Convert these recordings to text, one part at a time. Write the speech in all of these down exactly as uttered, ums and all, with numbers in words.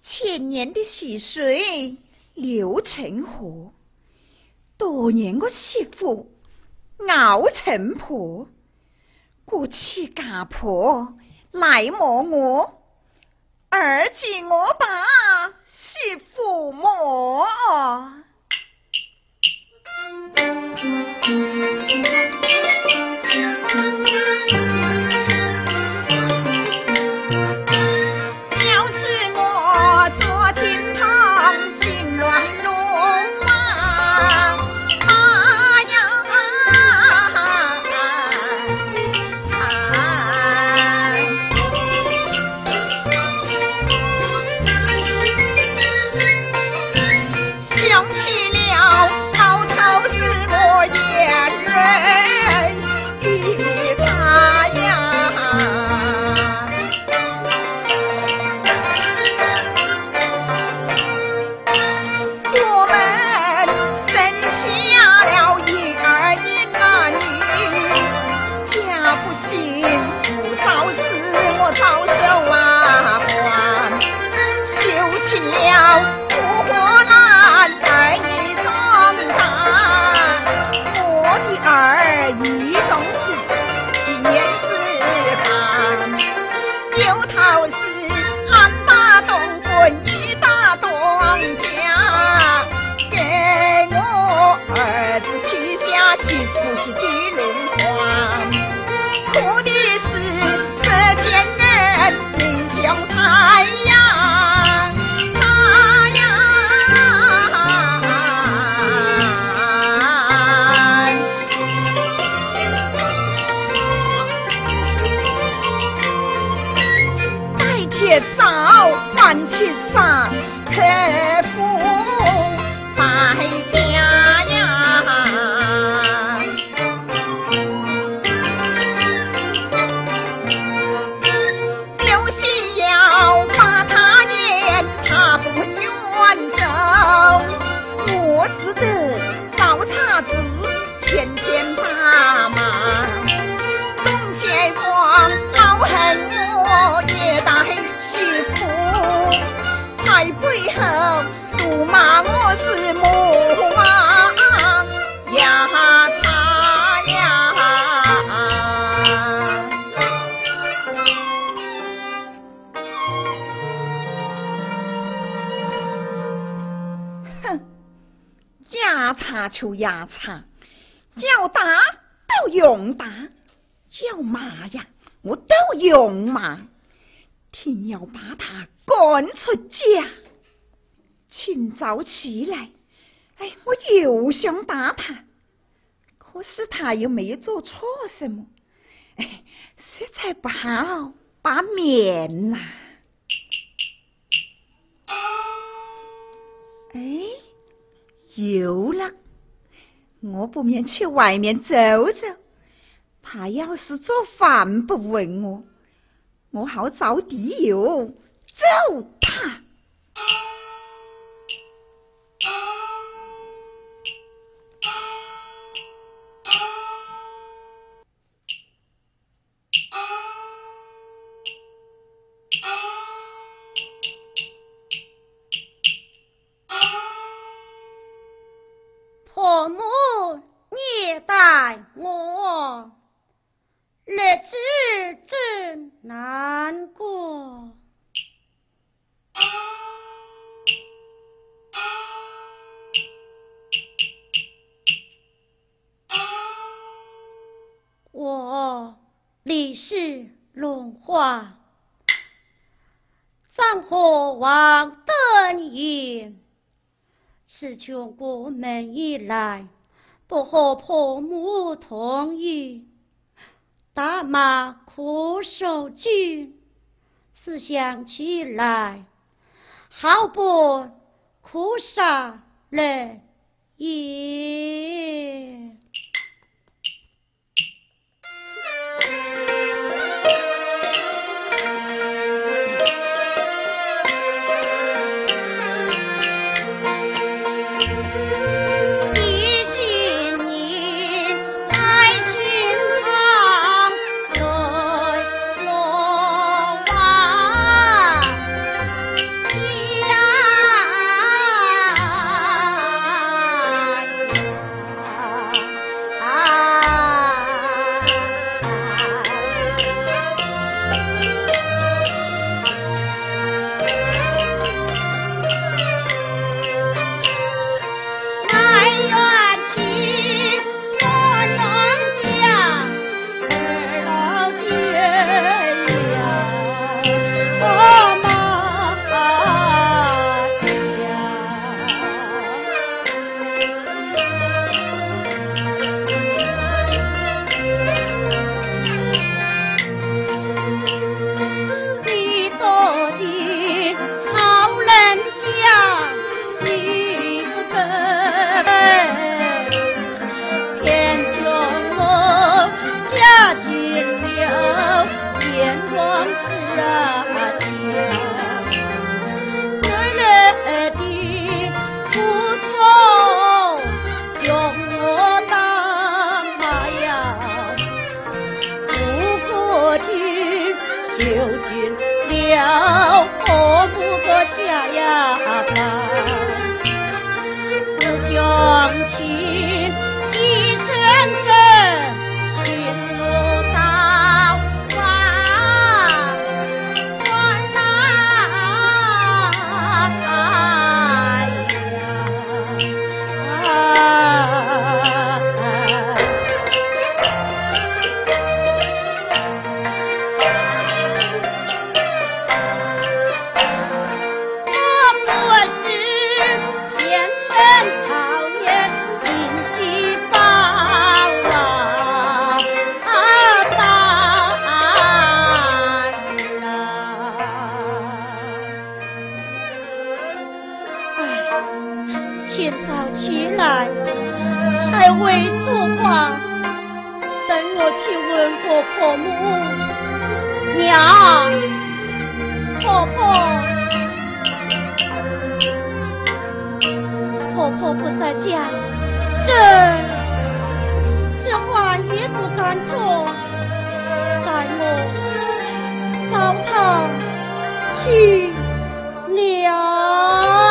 千年的溪水流成河，多年我媳妇熬成婆，过去家婆来磨我，而今我把媳妇磨。就压茶，叫打都用打，要骂呀我都用骂，天要把他赶出家。清早起来，哎，我又想打他，可是他又没有做错什么，哎，实在不好把面啦。哎，有了。我不免去外面走走，他要是做饭不问我，我好找地油揍他。 婆母，你待我，日子真难过。我李氏龙华，葬和王登云。自从过门以来，不和婆母同意，打骂苦受尽，思想起来，好不苦杀人也。 一清早起来还未做饭，等我去问过婆母。娘，婆婆，婆婆不在家，这这话也不敢做，待我找她去了。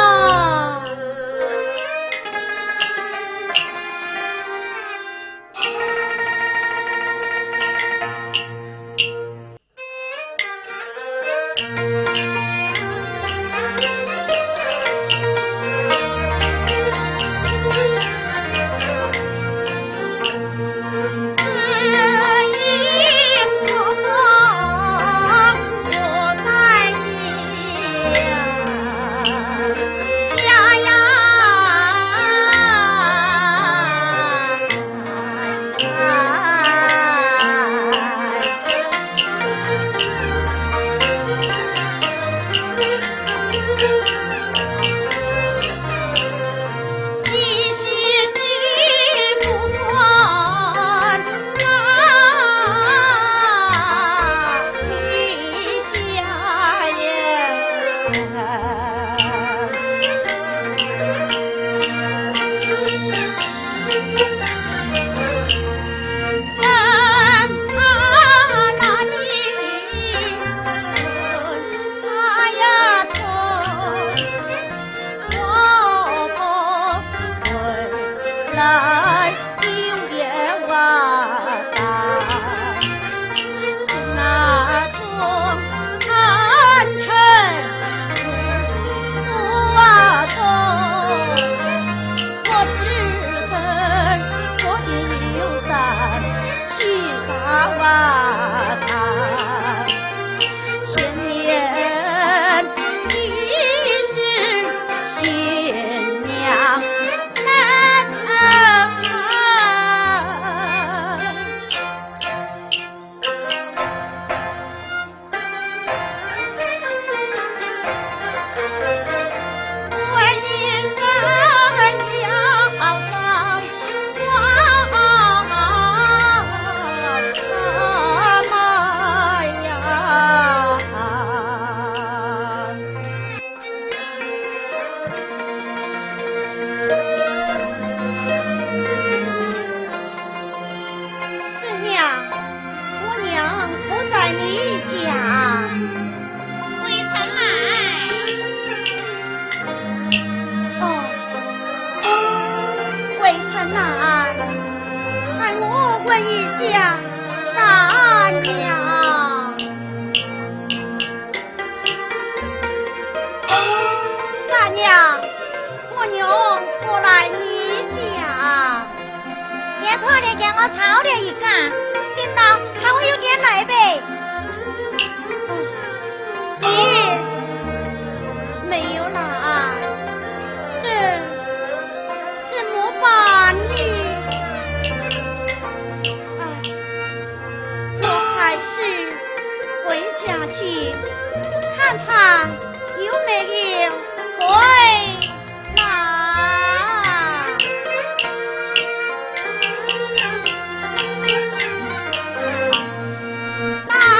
那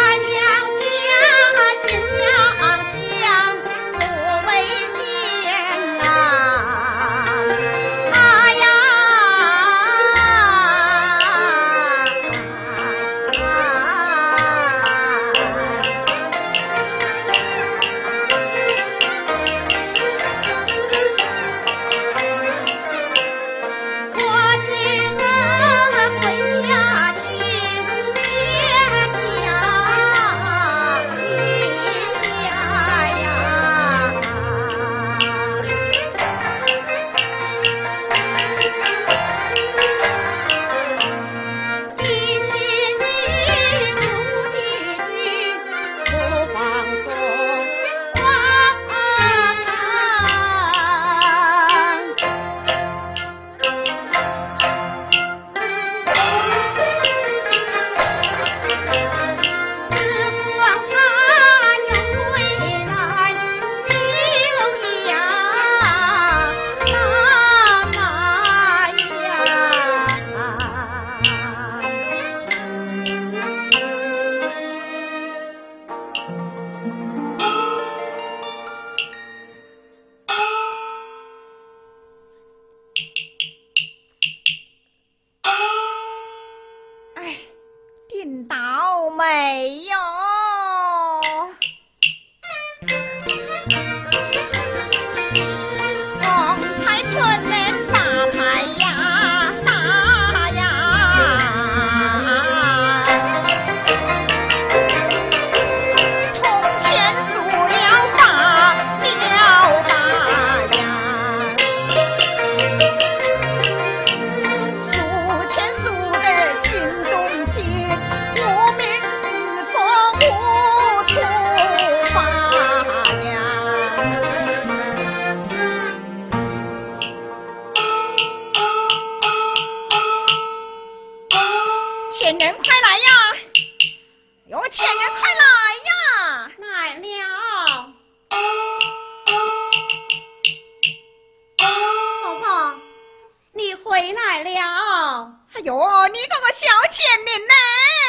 呦，你这个小贱人呢！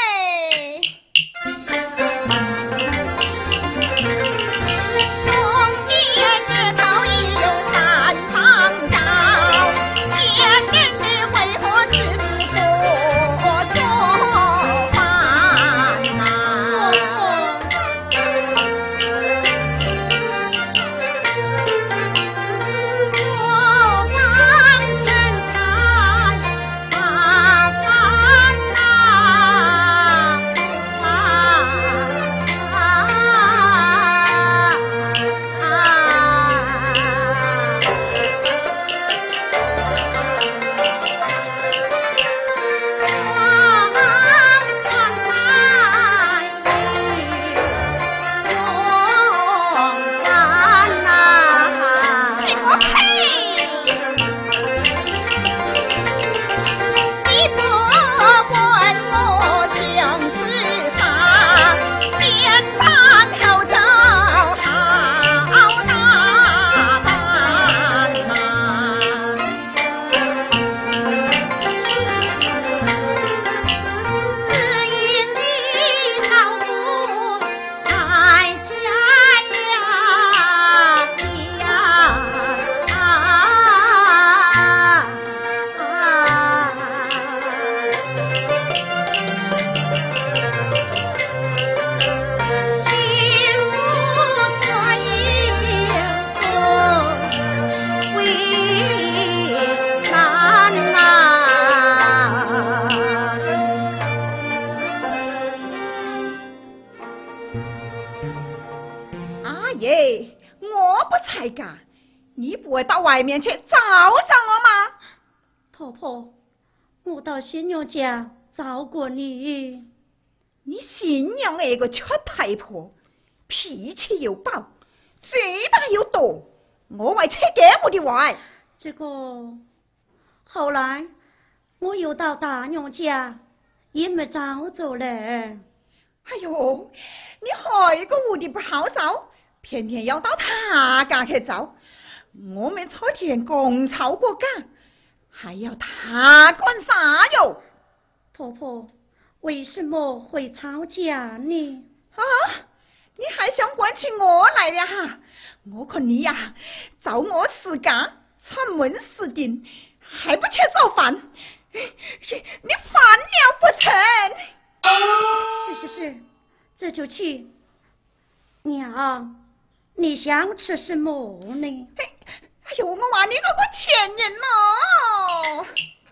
你不会到外面去找上我吗？ 婆婆，我到新娘家找过你。 你新娘那个缺太婆，脾气又暴，嘴巴又多，我会去给我的外。 这个后来我又到大娘家，也没找着嘞。 哎呦，你害个我的不好找，偏偏要到他家去找。我们昨天共吵过架，还要他管啥哟？ 婆婆，为什么会吵架呢？ 啊，你还想管起我来了哈？我看你呀、啊，找我死干，串门死顶，还不去做饭，你烦了不成？ 是是是，这就去。娘，你想吃什么呢？ 哎呦，我话你个个贱人哦！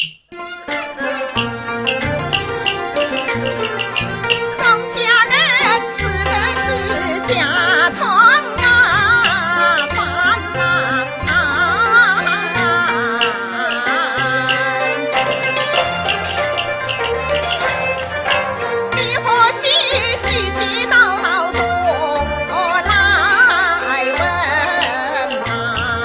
庄稼人吃的是家常啊饭啊，你或许絮絮叨叨多来问嘛。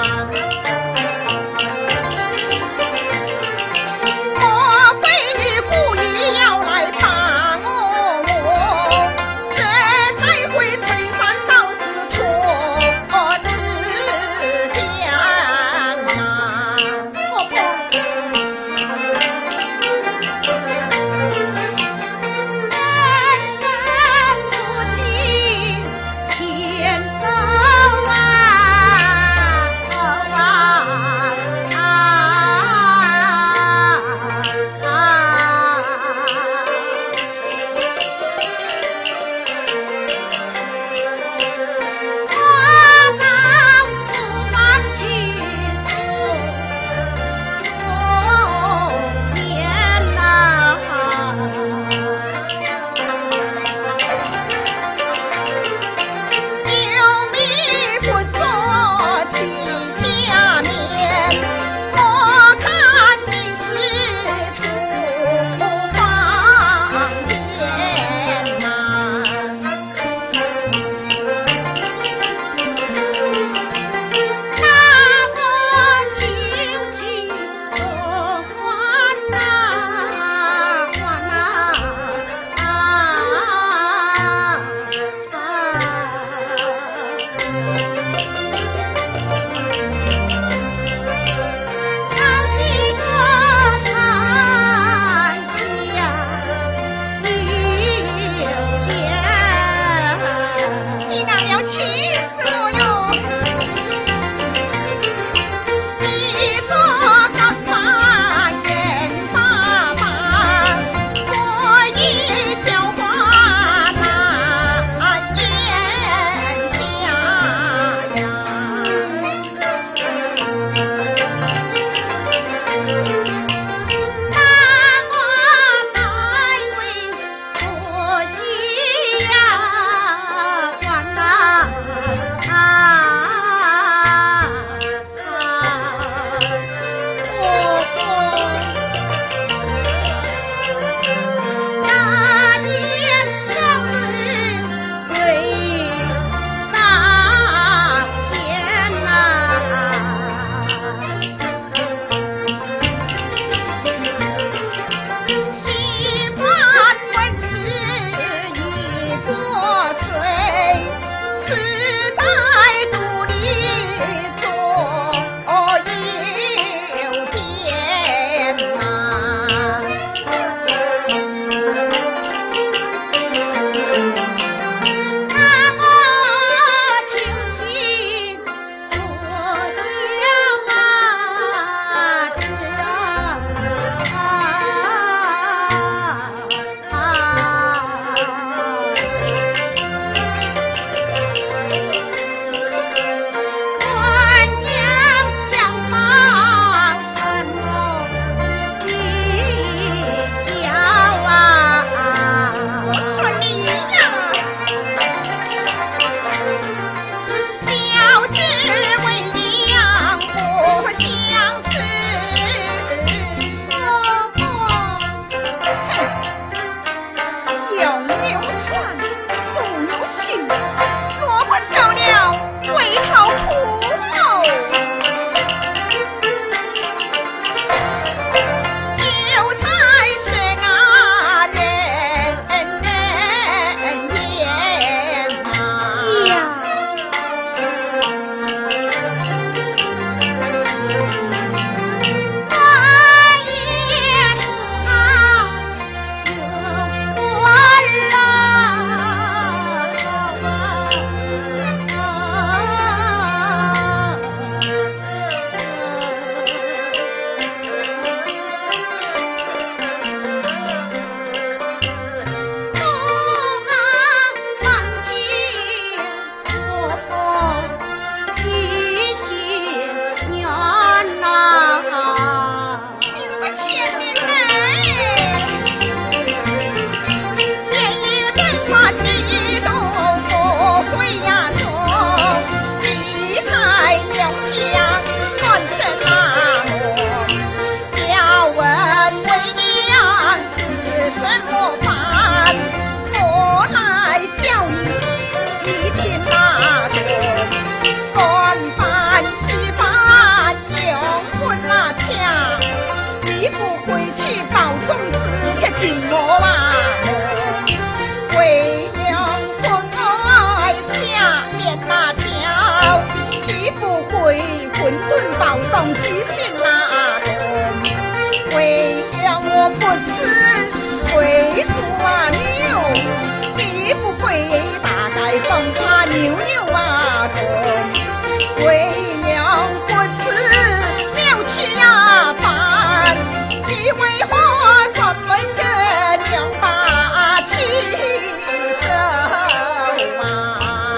混沌暴动七星拉动，为了我不知贵族啊牛，你不会大概送他牛牛啊动，为了不知了气啊烦，你为何专门跟娘把气手啊？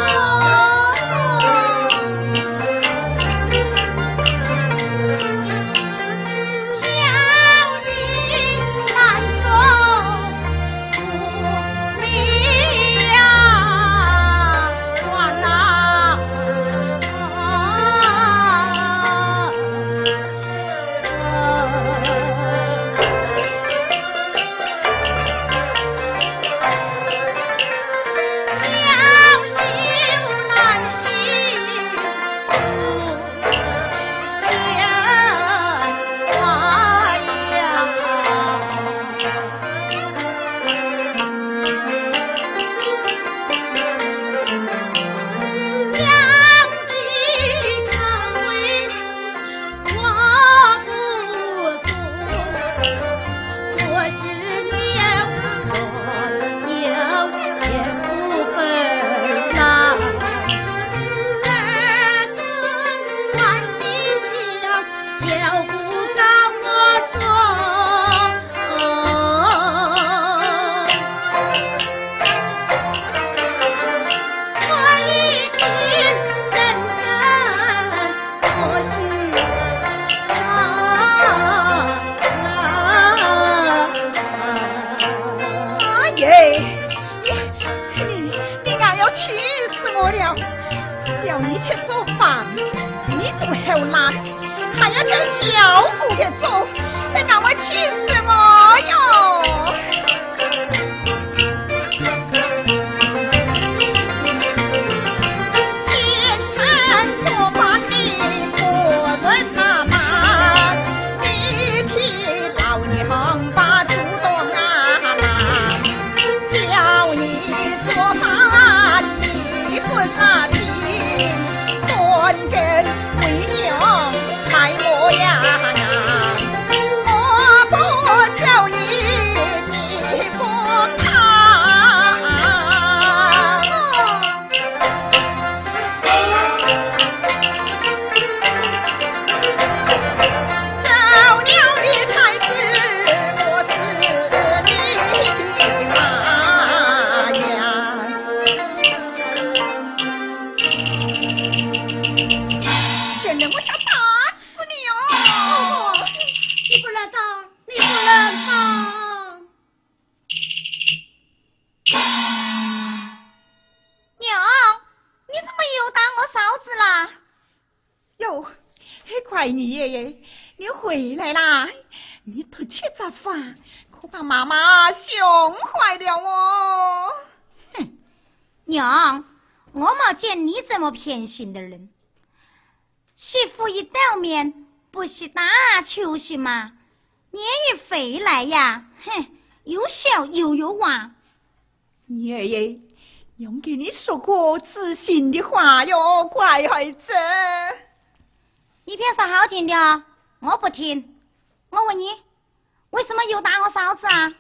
乖女爷爷，你回来啦！你偷吃杂饭，可把妈妈凶坏了哦！ 哼，娘，我没见你这么偏心的人。媳妇一到面，不是打球是吗？你也回来呀？哼，又笑又有娃。 爷爷，用给你说过知心的话哟，乖孩子。 你偏说好听的，我不听。我问你，为什么又打我嫂子啊？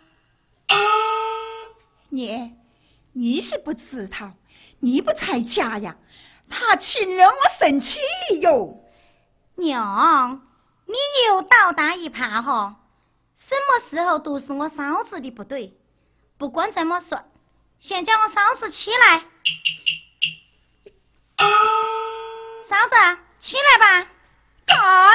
你，你是不知道，你不在家呀，他亲人我生气哟。 娘，你又倒打一耙哈，什么时候都是我嫂子的不对。不管怎么说，先叫我嫂子起来。嫂子，起来吧。 干！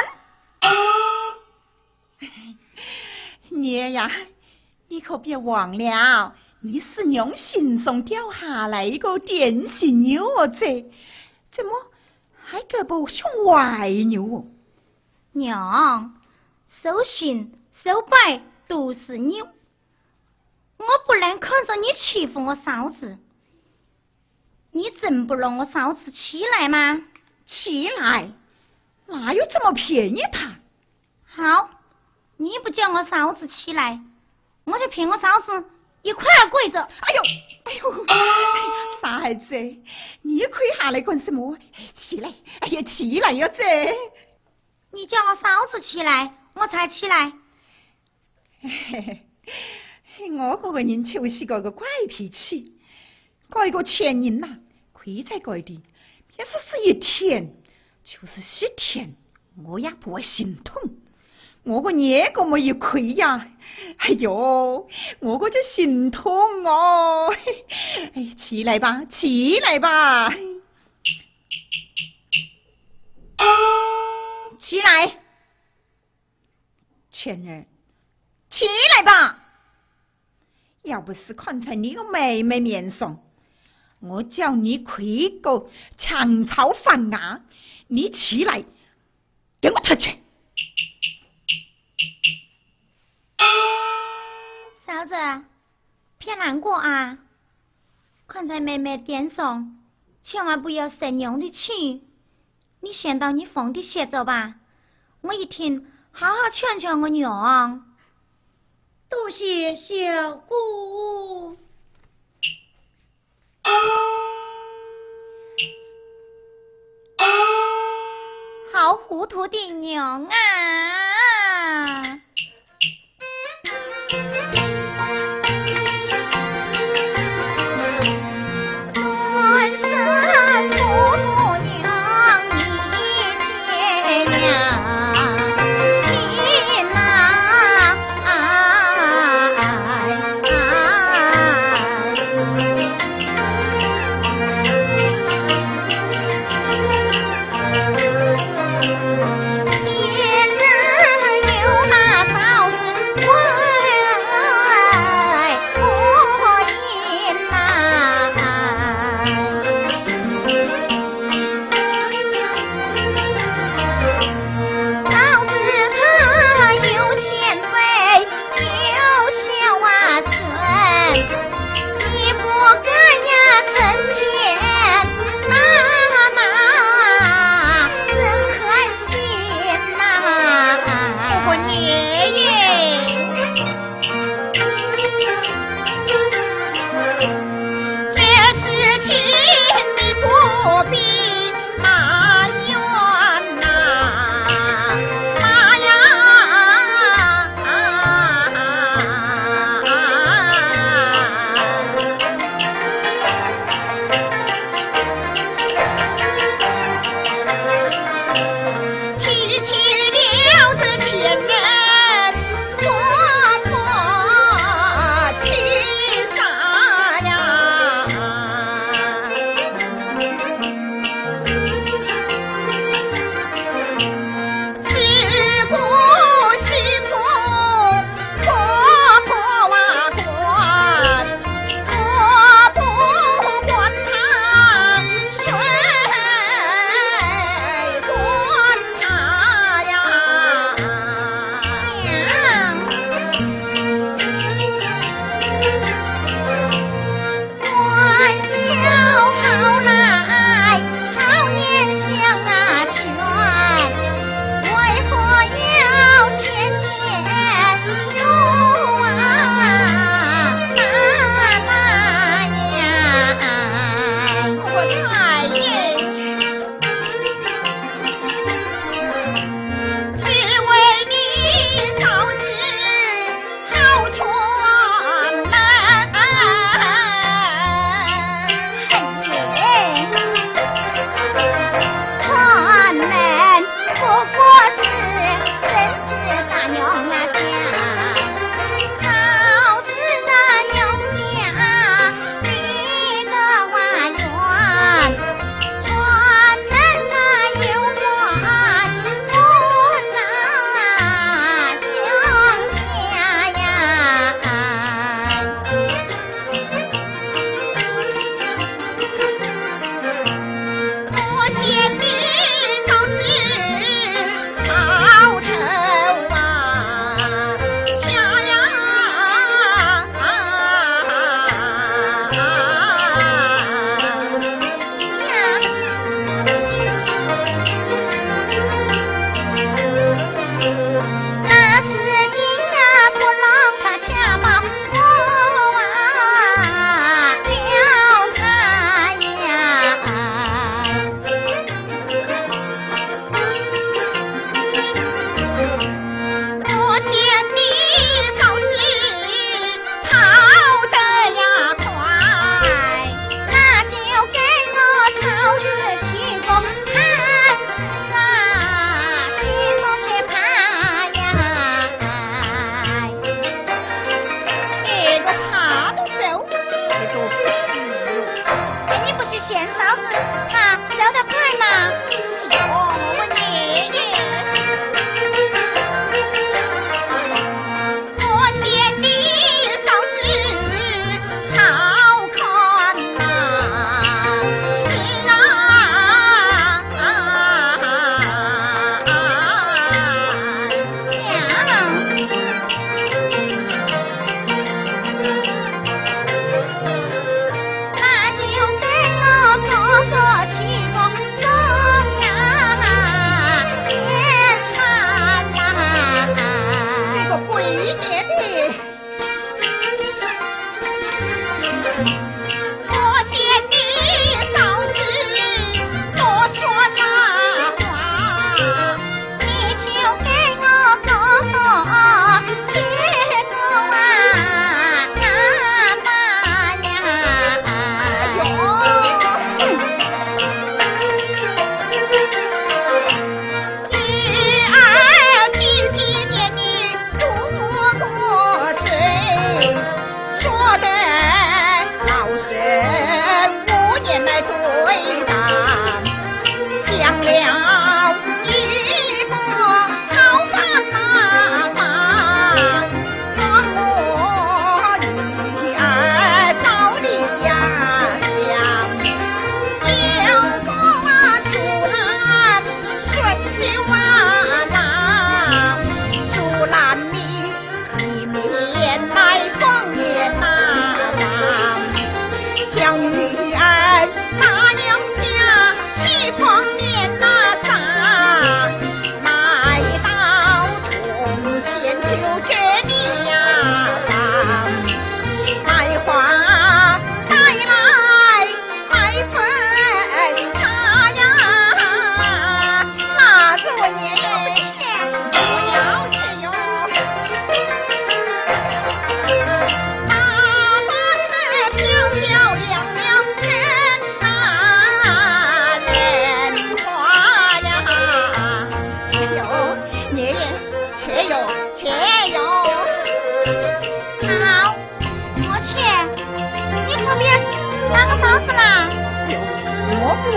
娘呀，你可别忘了，你是娘心上掉下来一个典型牛儿子，怎么还个不像歪牛哦？ 娘，手心手背都是牛，我不能看着你欺负我嫂子。你真不让我嫂子起来吗？ 起来？哪有这么便宜他？ 好，你不叫我嫂子起来，我就骗我嫂子一块跪着。 哎呦，哎呦， 傻孩子，你跪下来干什么？起来！哎呀，起来呀，这！ 你叫我嫂子起来，我才起来。 嘿嘿，我这个人就是个个怪脾气，改个前人呐、啊，亏在改的，要是是一天，就是十天，我也不会心痛。我个爷个么一亏呀，哎呦，我个就心痛哦！哎，起来吧，起来吧，起来，倩儿，起来吧！要不是看在你个妹妹面上，我叫你亏个强操饭牙，你起来，给我退去！ 嫂子，别难过啊！看在妹妹点上，千万不要生娘的气。你先到你房里歇着吧，我一天好好劝劝我娘。多谢小姑。好糊涂的娘啊！天日有难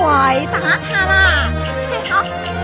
快打他啦！好。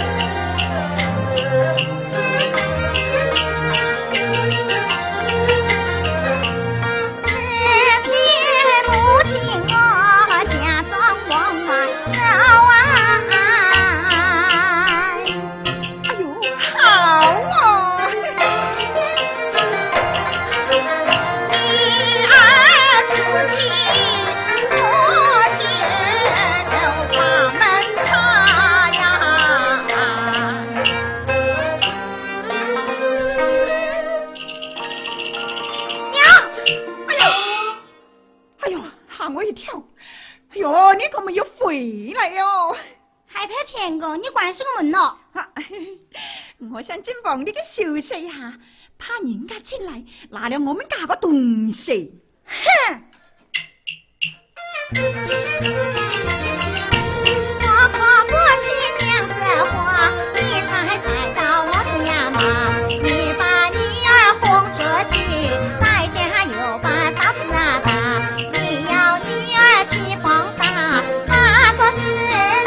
你关什么门咯？ 我想进房里去休息一下，怕人家进来拿了我们家个东西。 哼！我可不信娘子话，你才猜到我家嘛？你把女儿轰出去，在家有把刀子啊打，你要女儿去风大，那个是。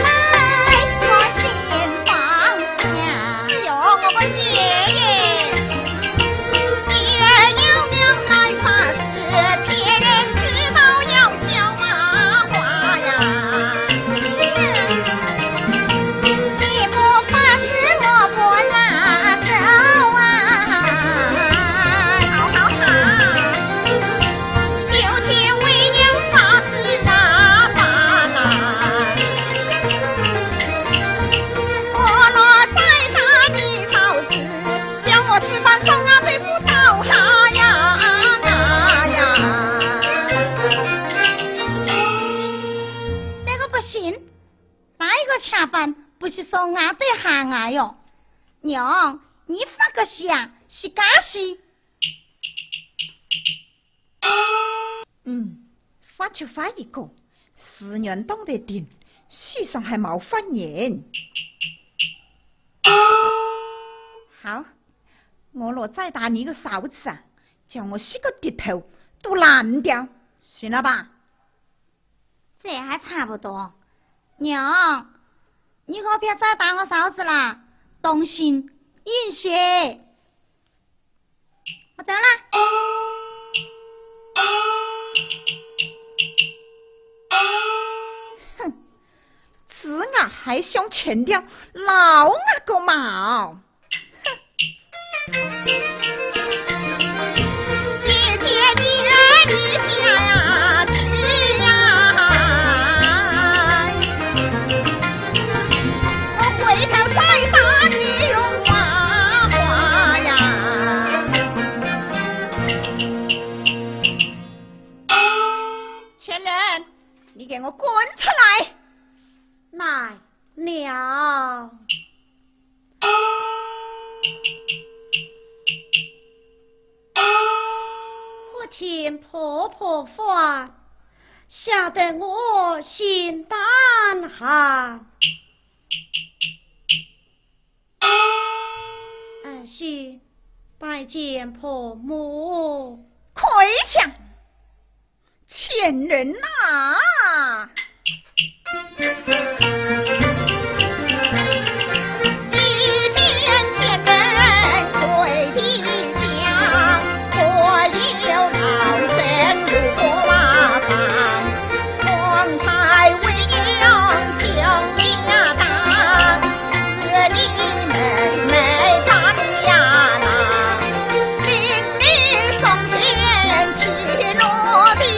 恰饭不是说俺对喊俺哟，娘，你发个香是干事？ 嗯，发就发一个，四人懂得定，世上还冇翻言。好，我若再打你个勺子啊，叫我洗个滴头都烂掉，行了吧？ 这还差不多，娘。你可别再打我嫂子了，动心饮血。我走了。 哼，子牙还想牵掉老阿个毛。你给我滚出来！ 来了。我听婆婆话，吓得我心胆寒。儿媳拜见婆母。 快讲！前人呐！ 一见前人跪地下，我有老身入过瓦房，皇太为娘请你呀当，是你妹妹长呀郎，令你送钱去落地。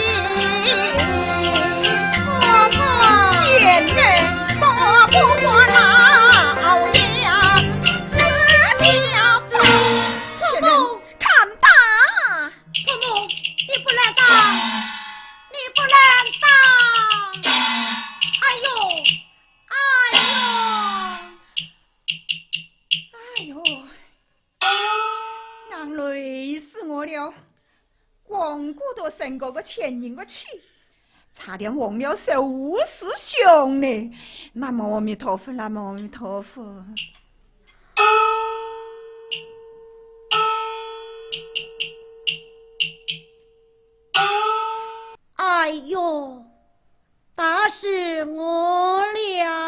光顾着生个个前人个气，差点忘了受吴师兄呢。南无阿弥陀佛，南无阿弥陀佛。 哎呦，打死我了！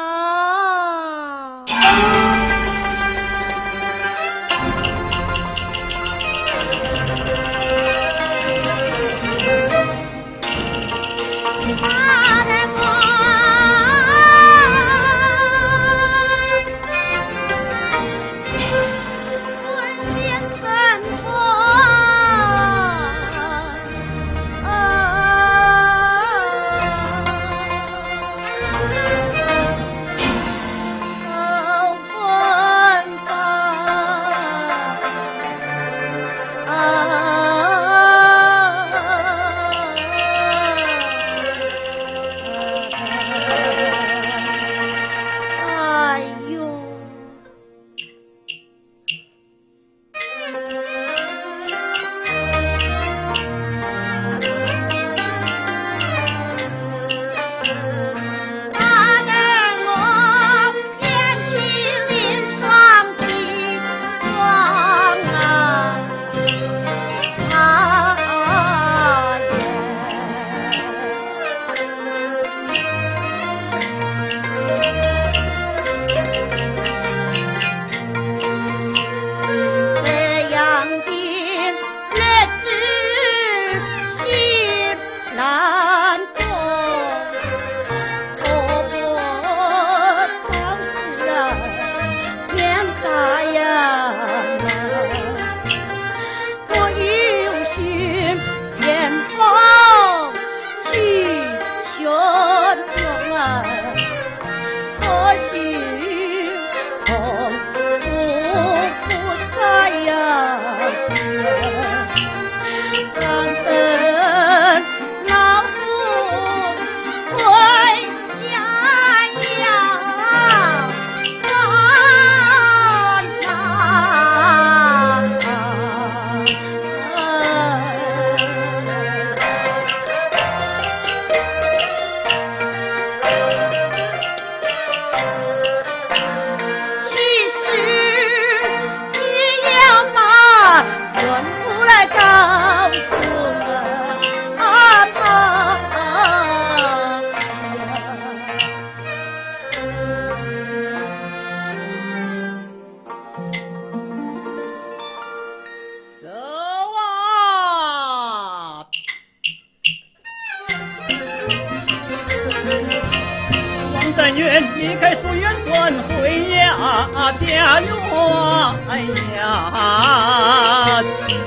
前离开书院转回呀家园呀，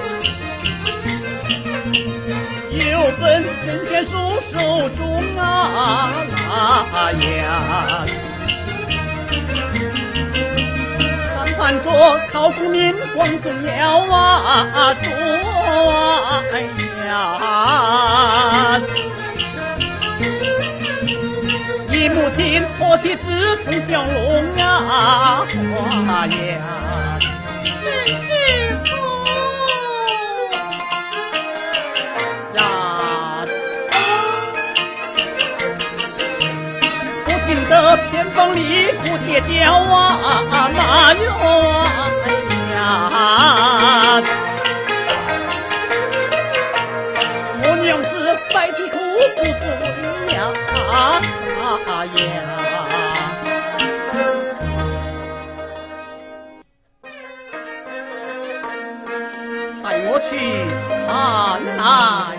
有本神仙书手中啊呀，三盘着考古民光宗耀啊做呀，一母亲托妻子从蛟龙啊花呀， 是师父呀，不停的偏锋里蝴蝶叫啊马哟呀，我娘子白皮裤不自为呀呀，带我去看来。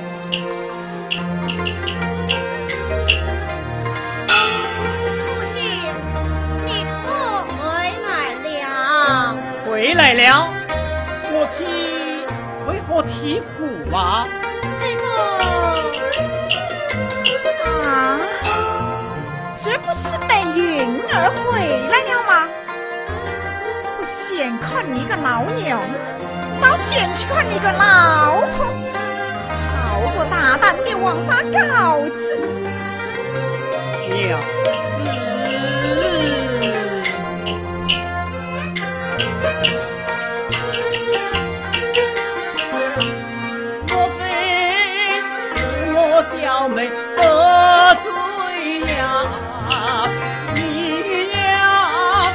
父亲，你可回来了？ 回来了，母亲为何啼哭啊？ 这个啊，这不是等云儿回来了吗？我先看你个老娘，倒先去看你个老婆，好过大胆的王八羔子。 娘子，莫非是我小妹得罪呀你呀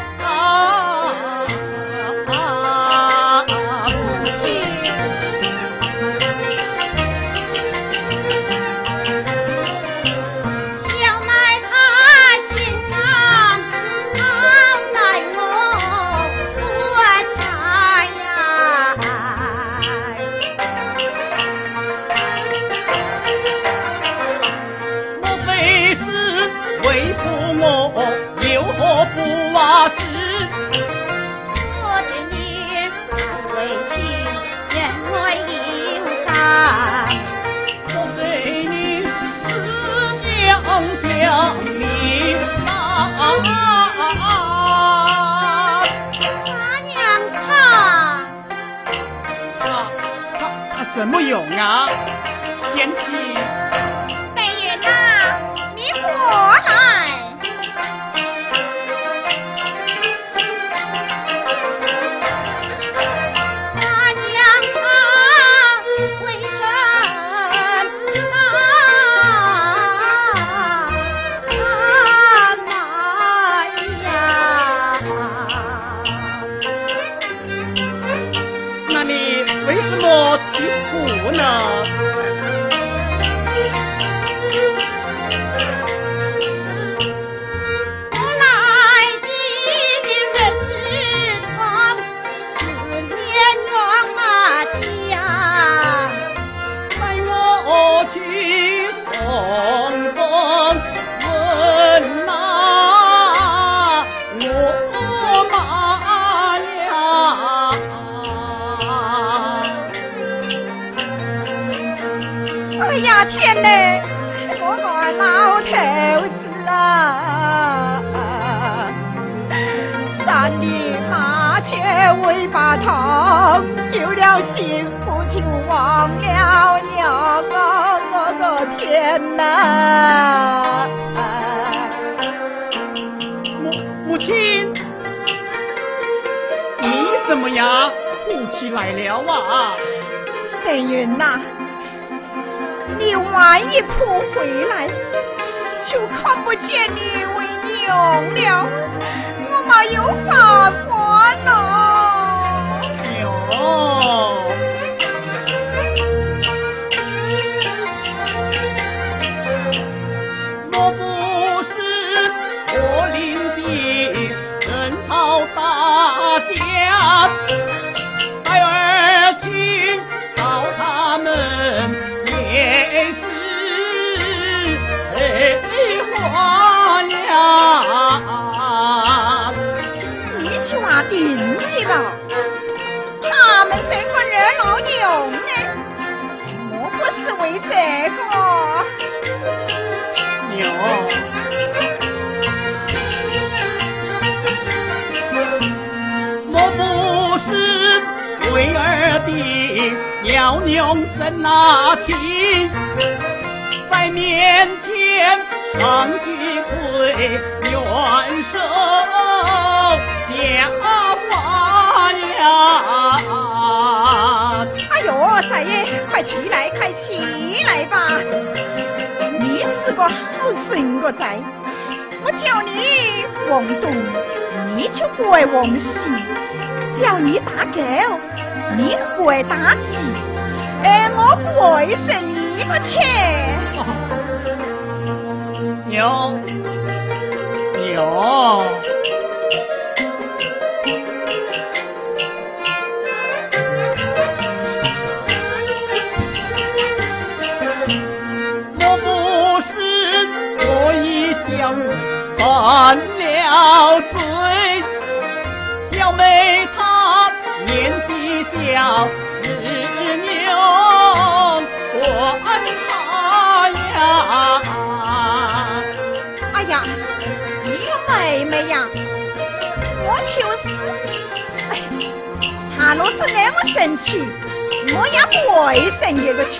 母亲？ 小奶她心肠好奈我不猜呀， 莫非是为父我有何不啊事？ 我见你太委屈，眼外忧伤。 莫非你思娘将你啊大娘她他他他怎么用啊？贤妻， 美云呐，你过来。 大娘她为什么呀？ 那你为什么啼哭呢？ 我来的明日之长，思念远马家。 带我去送风问那我妈呀！ 哎呀天嘞，我个老头子啊！三里麻雀尾巴长，丢了媳妇就忘了娘啊！我个天哪！ 母母亲，你怎么呀？哭起来了啊！ 等云呐，你晚一扑回来，就看不见你为娘了，我嘛有法法呢。 哟，莫不是我领的人好大家，带儿去找他们也是花呀。 为这个？ 娘，莫不是为儿的要娘怎拿情，在面前常击溃元首家花呀！ 哎呦，三爷，快起来，快起来吧！你是个好孙个仔，我叫你王东，你就怪王喜；叫你打狗，你怪打鸡。哎，我怪是你个钱。 娘，娘。犯了罪，小妹她年纪小，是牛管她呀。 哎呀，你个妹妹呀，我就是，哎，她若是那么生气，我也不会生这个气。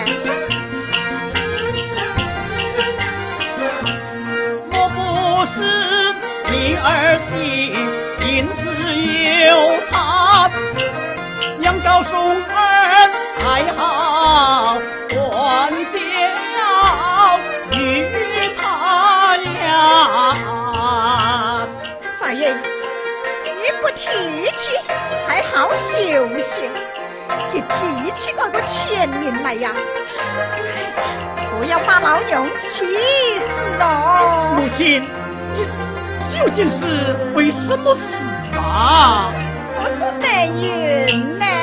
是你儿媳心思有他，杨高松儿还好还掉与他呀。 大爷，你不提起还好休息，一提起那个钱名来呀，我要把老娘气死哦！ 母亲，这究竟是为什么事啊？ 我是内云呢。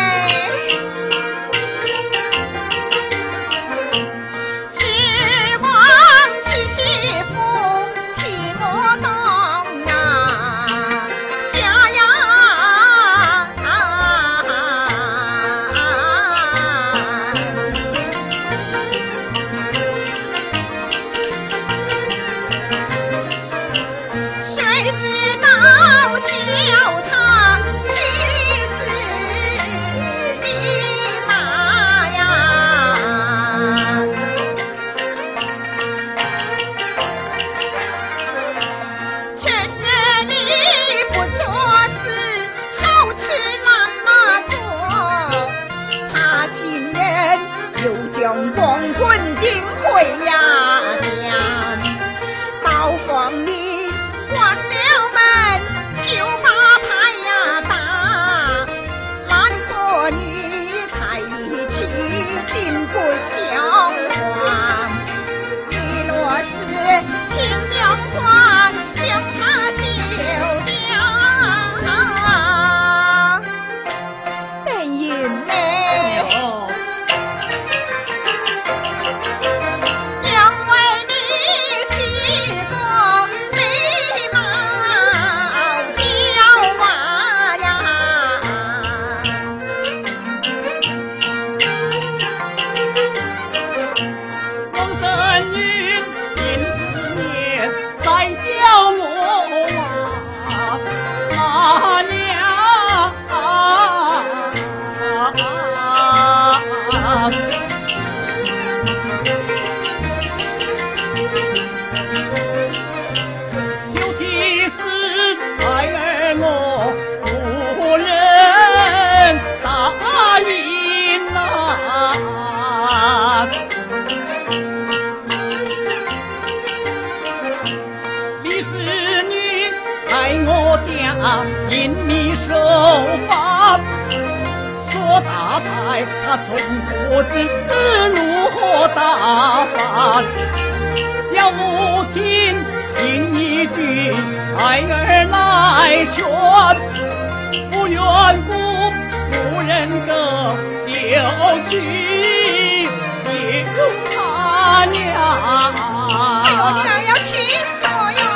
因你守法，说大牌他从不知如何打扮，叫母亲听一句孩儿来劝，不缘故不认得就去救他娘。 哎呦，你还要气死我呀！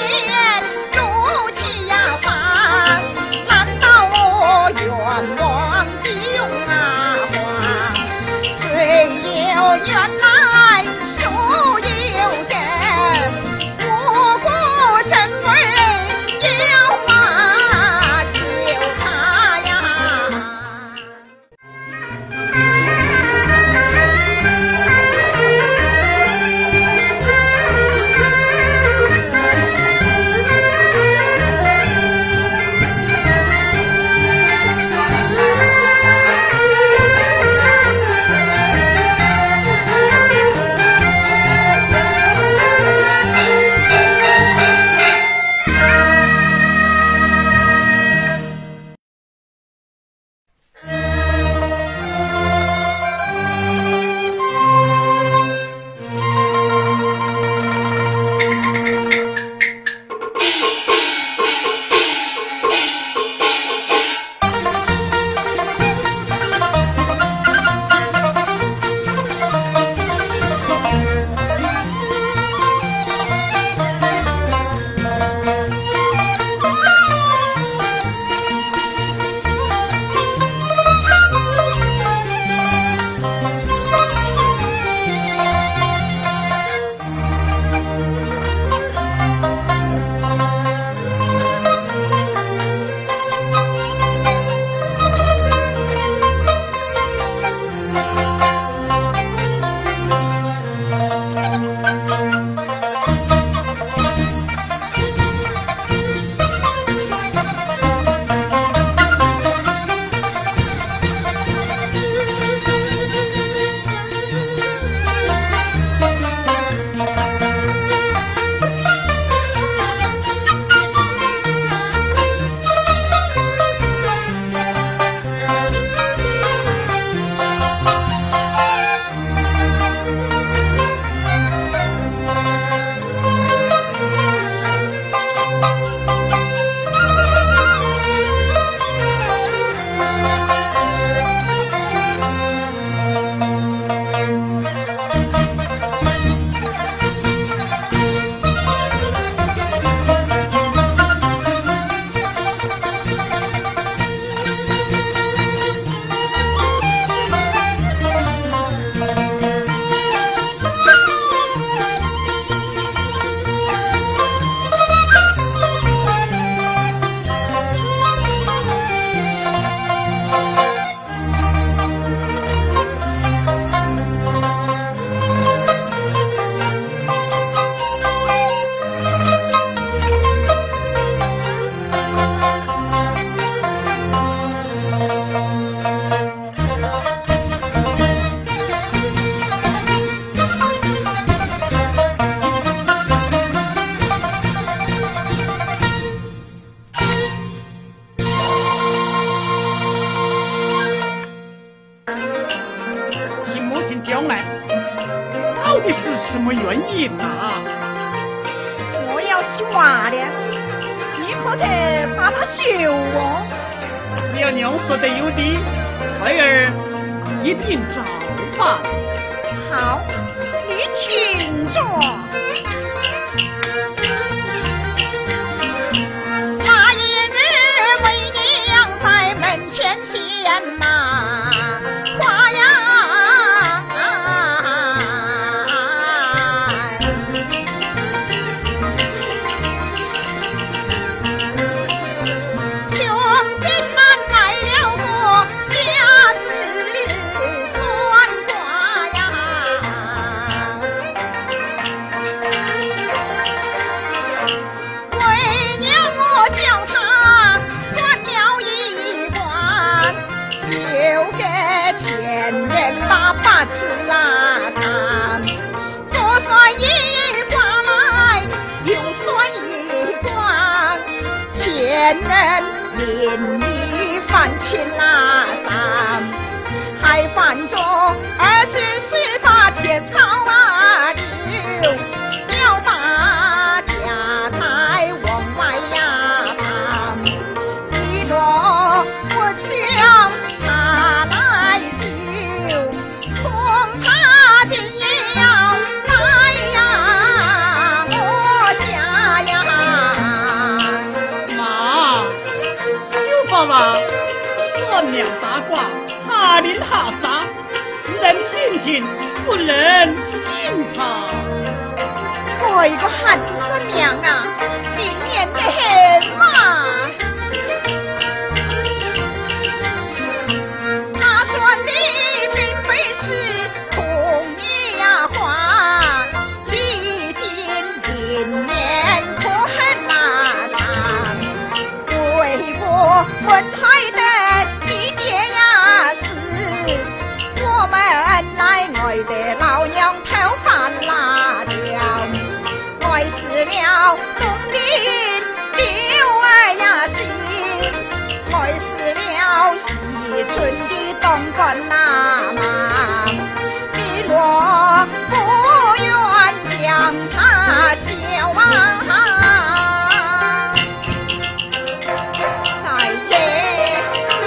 我什么原因啊？ 我要耍了，你可得把他休哦。 只要娘说的有理，孩儿一定照办。 好，你请着。 那一日为娘在门前献马花呀，穷尽南来了个瞎子算卦呀，为娘我叫他算了一卦，又给前人把八字啊看，左算一卦来，右算一卦，前人邻里犯亲拉三，还犯着二十四法天草啊六，要把家财往外呀盘，你若不将他来救，从他的要来呀我家呀。 妈，修爸爸算命八卦，哈林哈沙，人听听，不能信他。 这个汉子算命啊，灵验的很嘛。 他算的并非是同一呀话，历经年年可恨难当，为国文台的一件呀事，我们来爱的老娘头发拉掉，爱死了东林六儿呀心，爱死了西村的东关那嘛，你若不愿将他消啊，再也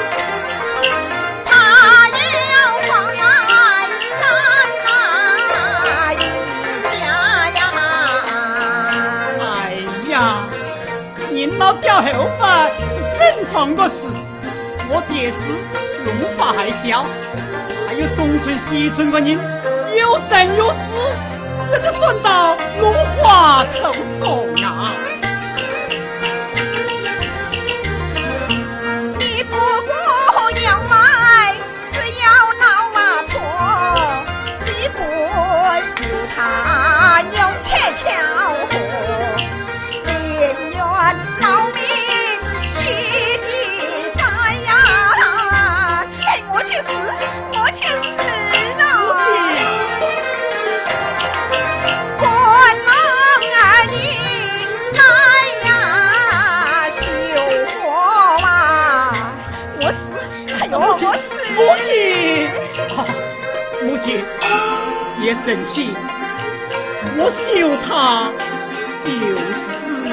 他要放来咱那一家呀。 哎呀，您老掉后发是正常的事，我爹是龙发还小，还有东村西村的人有生有死，这个算到龙华头上啊！ 你不过要买，只要闹啊婆，你不是他用钱挑货，宁愿劳命去记载呀！哎，我去死，我去死呢！关门儿你来呀，修活嘛！我死，哎呦，我死！ 母亲，啊，母亲，别生气，我休他就是。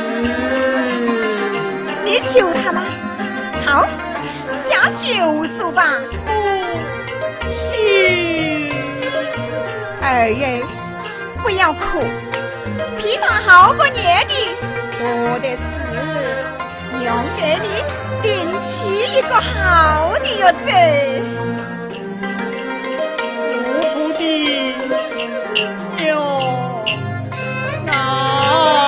你求他吗？好，下休书吧。 母亲， 二爷，不要哭，比他好过年的多的是，娘给你定起一个好的日子。 不徒弟有哪？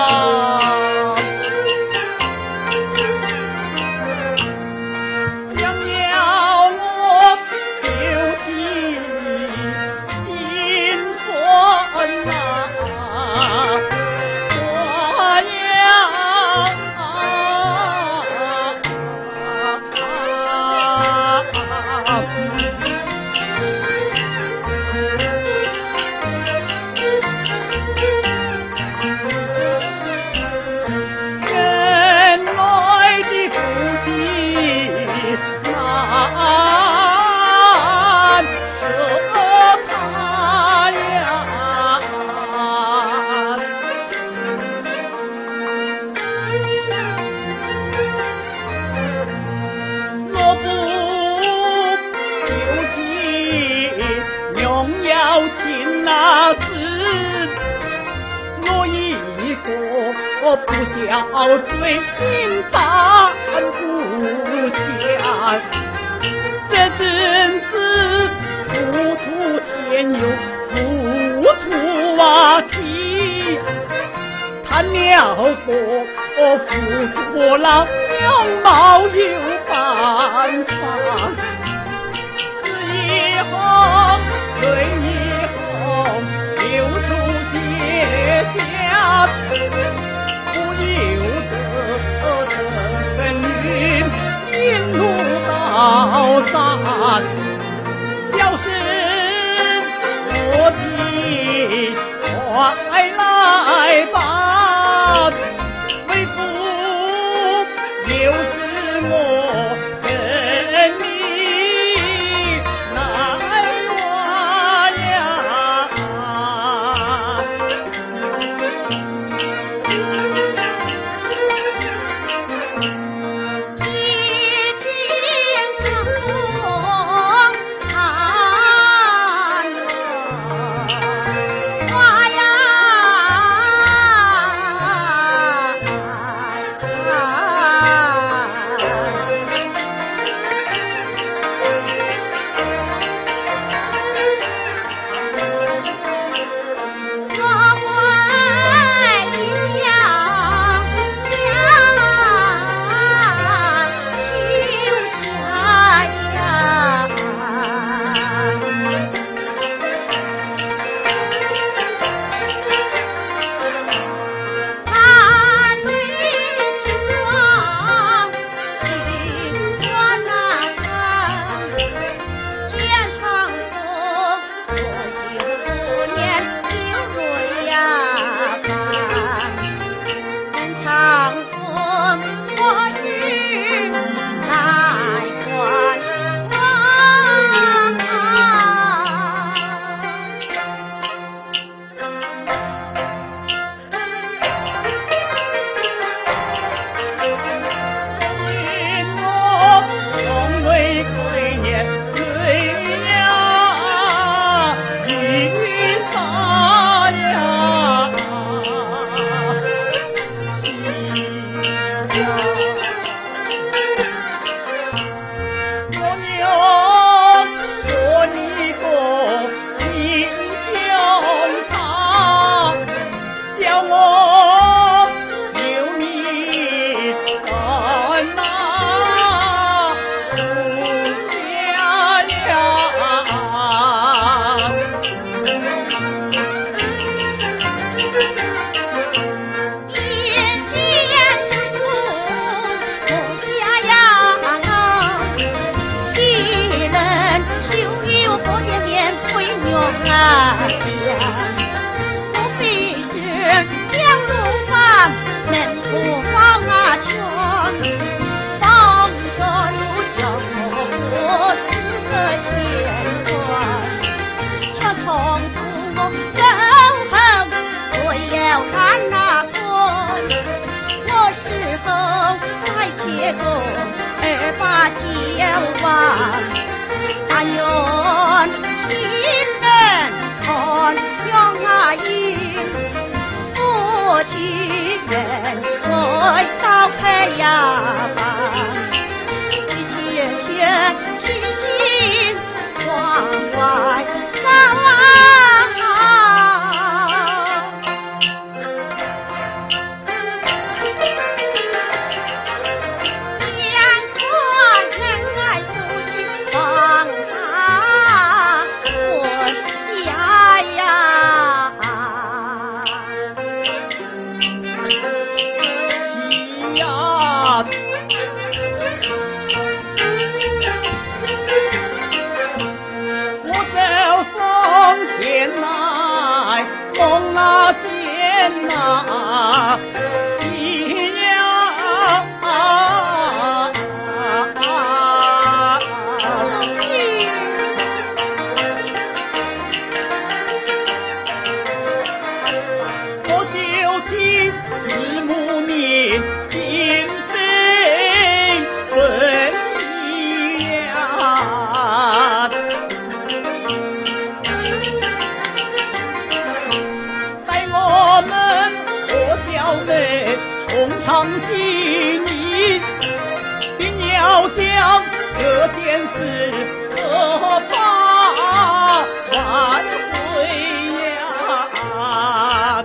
想要我究竟心酸呐，我要。 不孝罪，应当不下。这真是糊涂天有糊涂啊题，贪了国父我老娘貌有办法，这一行对一行留书结下，不由得等云引路到咱，就是我的快来吧，为父又是我跟你来话呀。 一见相逢看花呀，我怀一想秋下呀，看对情望心花难看，见长风我心不念秋蕊呀翻，人长风我是来还因我从未亏念罪呀，与他呀，我娘说你个名叫他，叫我留你干那不家呀。 一见师兄不下呀，一人修有佛殿殿回娘啊家，无非是江路房门不放啊圈，放着如叫我四个牵挂，却从不走后我要看那风，我时候在切过二八九万，但愿新人看杨阿姨，夫妻人来到开呀吧，一切全清心往外走啊。见过人爱夫妻放他我家呀， 喜呀，我走上前来，梦啊见啊，喜呀，我就听字幕念今生分离呀，在我们破晓门这件事可怕万岁呀！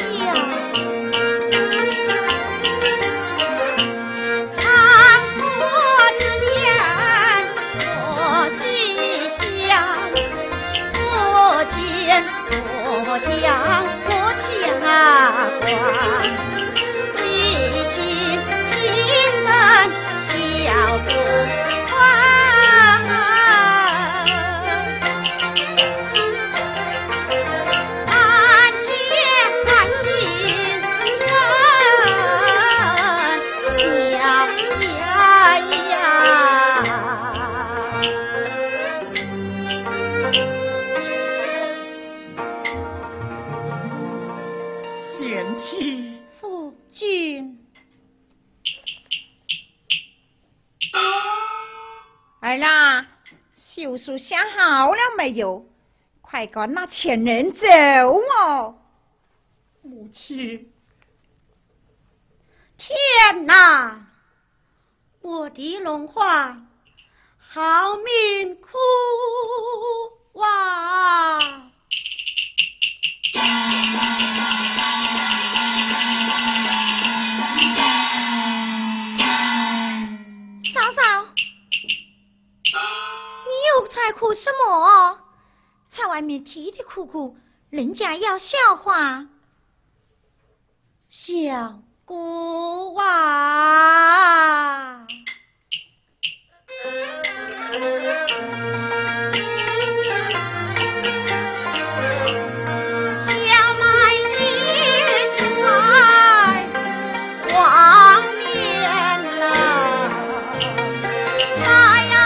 我将我家关，记起金门小子船，安且安心生鸟家呀。 贤妻， 夫君， 儿啦，秀素想好了没有？快赶那前人走哦！ 母亲， 天哪！我的龙华好命苦啊！嫂嫂，你又在哭什么？在外面啼啼哭哭，人家要笑话。小姑啊，小麦一采黄面了，来呀！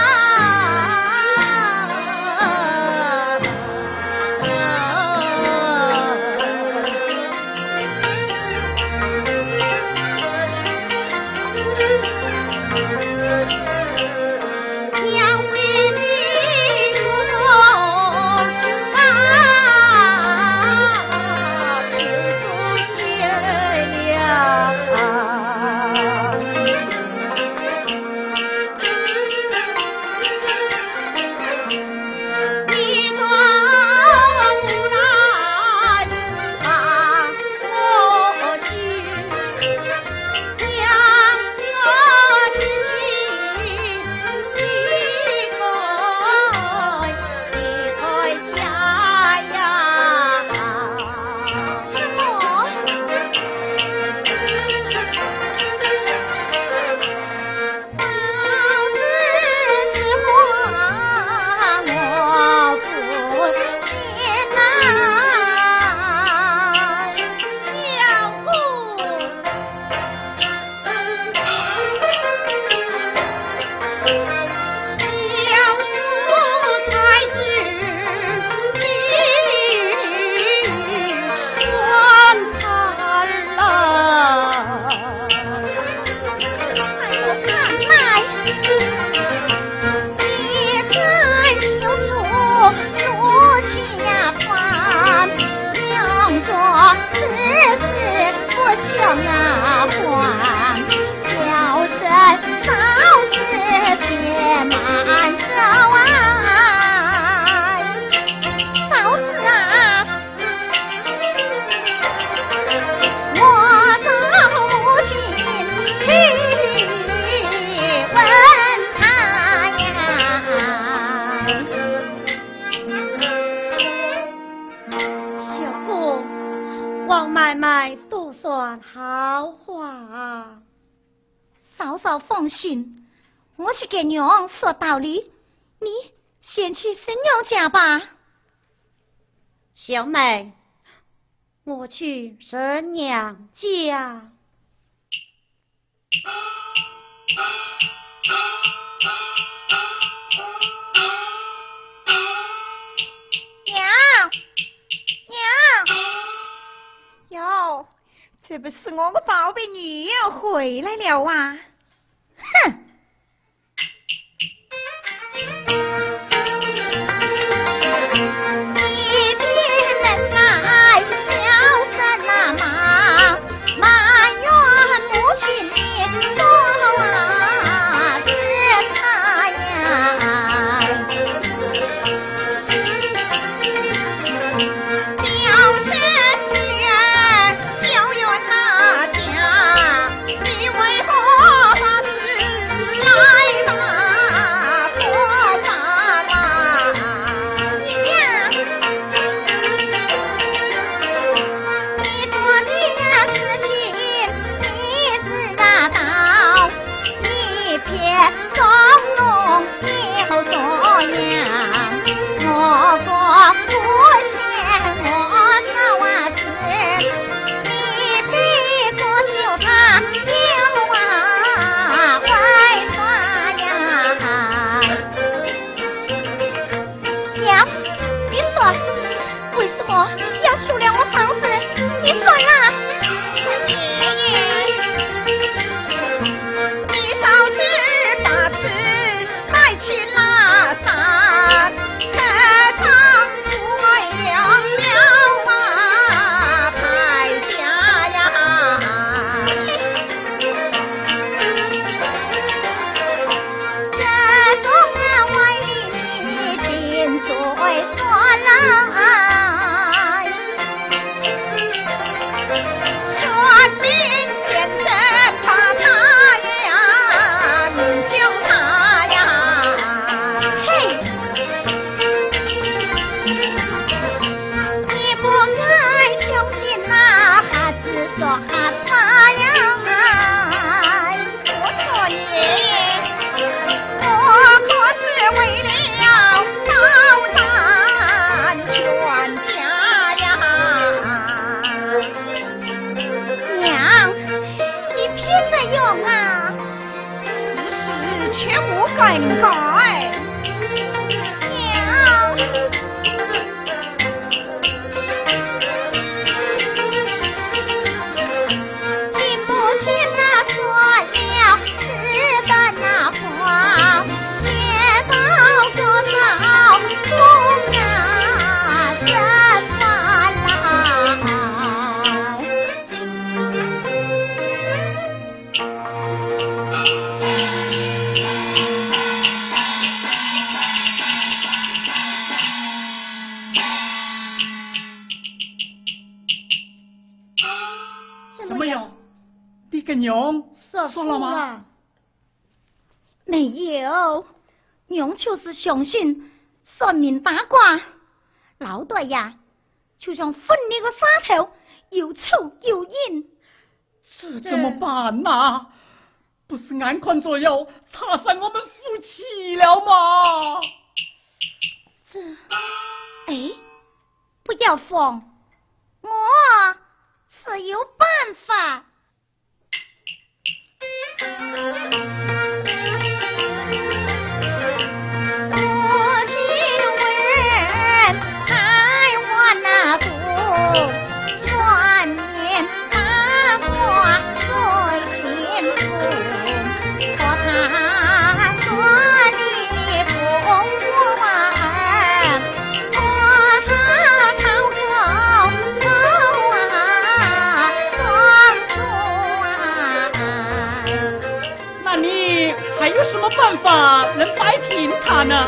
放心，我去给娘说道理，你先去生娘家吧。小妹，我去生娘家。娘，娘，哟，这不是我个宝贝女儿回来了啊！哼！一进门来，叫声啊妈，埋怨母亲的多啊是差呀。 分改。 娘，你母亲那说了是的那话，接到多少风啊怎么来？ 怎么样？你跟娘说了吗？ 没有，娘就是相信算命八卦，老对呀，就像分你个沙头，又臭又硬。 这怎么办呐？不是眼看着要擦伤我们夫妻了吗？ 这，哎，不要慌，我是有办法。我今晚还我那个算年八卦最幸福，可他说你不我儿，可他朝狗狗啊双数啊。 那你还有什么办法能摆平他呢？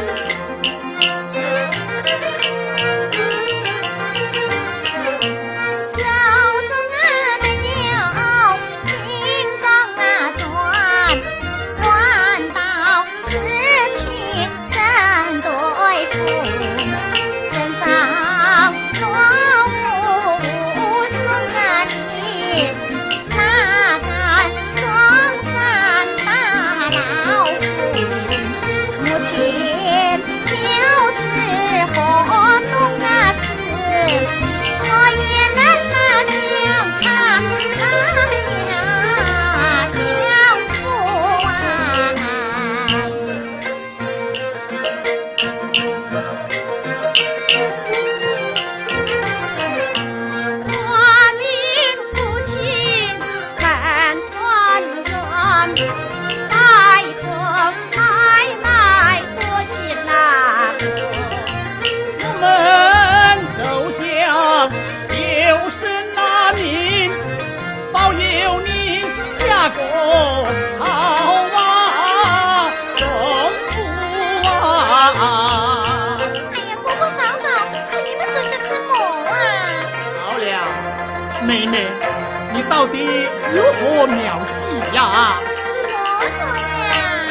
妹妹，你到底有何妙计呀？ 我说呀，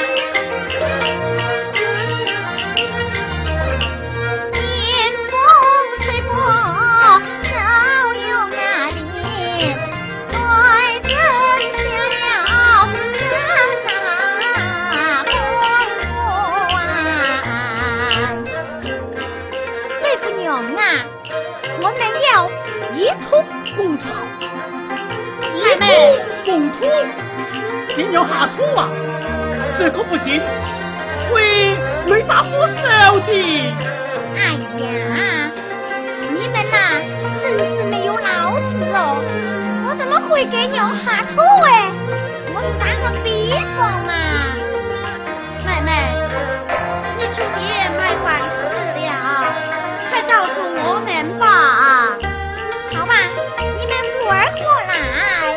阴风吹过手有那里，对准下了正那公公啊！妹夫娘啊，我们要一同共吵。 妹妹，共土，竟要下土啊！这可不行，会累打火烧的。 哎呀，你们呐、真是没有脑子哦！我怎么会给娘下土哎？我是打个比方嘛。妹妹，你出去买饭吃了，快告诉我们吧。好吧，你们不儿过来。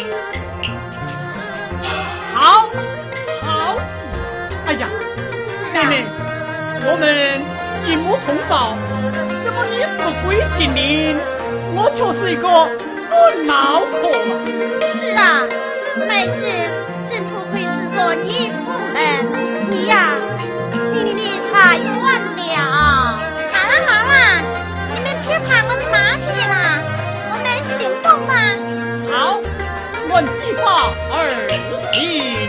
好，好。哎呀， 是啊， 妹妹，我们一母同胞，怎么你是个鬼精灵，我却是一个准脑壳嘛？ 是啊，每次真不愧是个义父们，你呀、你你你太晚了。好了好了，你们别拍我的马屁了，我们行动吧。 好，按计划而行。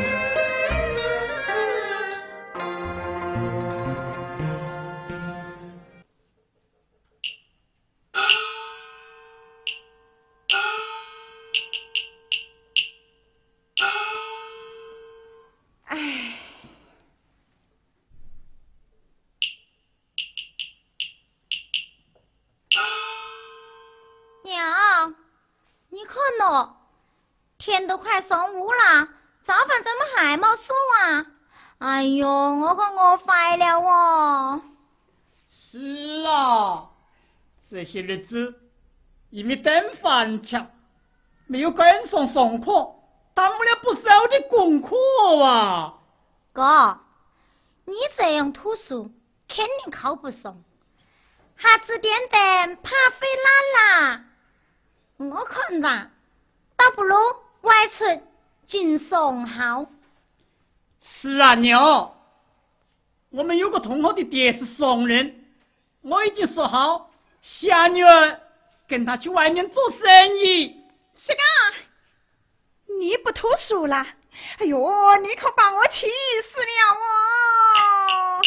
哟，天都快上午了，早饭怎么还没送啊？哎呦，我可饿坏了哦。 是啊，这些日子因为等饭吃，没有跟上上课，耽误了不少的功课啊。 哥，你这样读书肯定考不上，还指点灯怕飞懒啦。我看呐，倒不如外出进宋好。 是啊，娘，我们有个同学的爹是宋人，我已经说好下女儿跟他去外面做生意。 是啊，你不读书了？哎呦，你可把我气死了哦！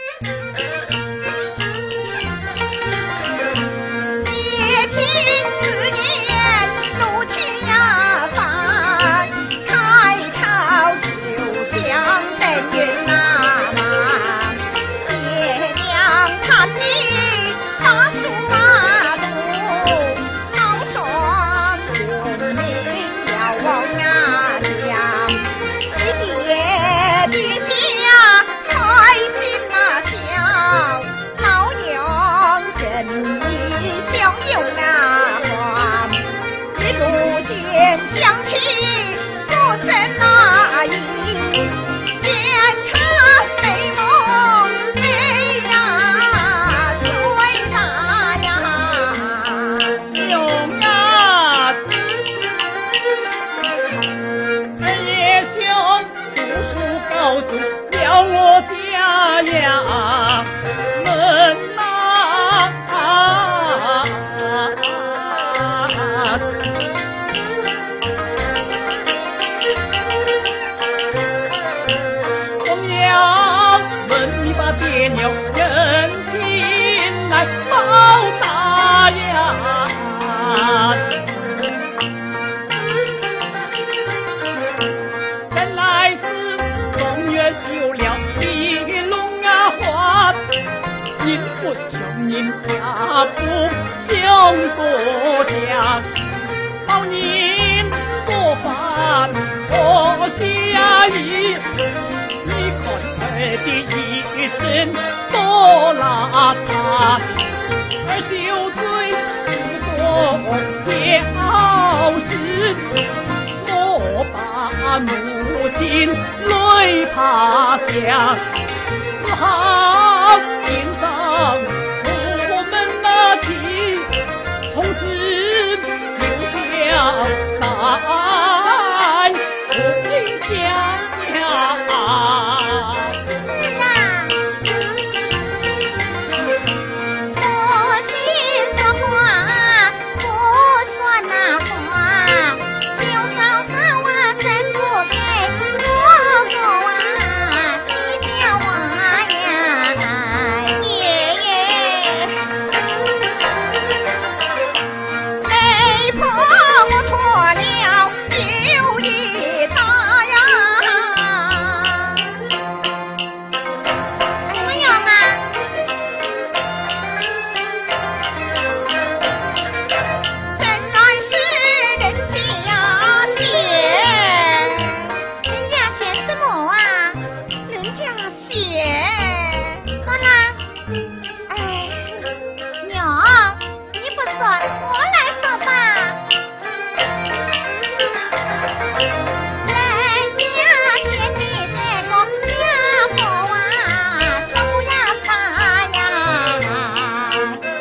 夜听此言，怒气呀翻，开口就将等云那忙，爹娘看你大树马路，好双功名要往啊想，你爹的下开心啊笑，老娘真你相拥啊还，你如今想起我怎那意，眼看美梦飞呀吹打呀， 娘啊，也想读书高中了我家呀门啊，我娘问你把爹娘认进来报答呀。原来是中原修了一龙啊花，因不穷因家不想国家，老您做饭我下雨，你看儿的一身多邋遢，儿九岁不过小事，我把母亲泪趴下，只好顶上我们那气，从此就要在回家呀。 是啊，父亲说话不算那话，就早早啊真不给我个啊起叫娃呀，爷爷，媒婆我脱了就一打呀。怎么样啊？ 真乃是人家贤， 人家嫌什么啊？ 人家贤。 哥啦，哎，娘，你不说，我来说吧。人家嫌你这个家婆啊，丑呀傻呀，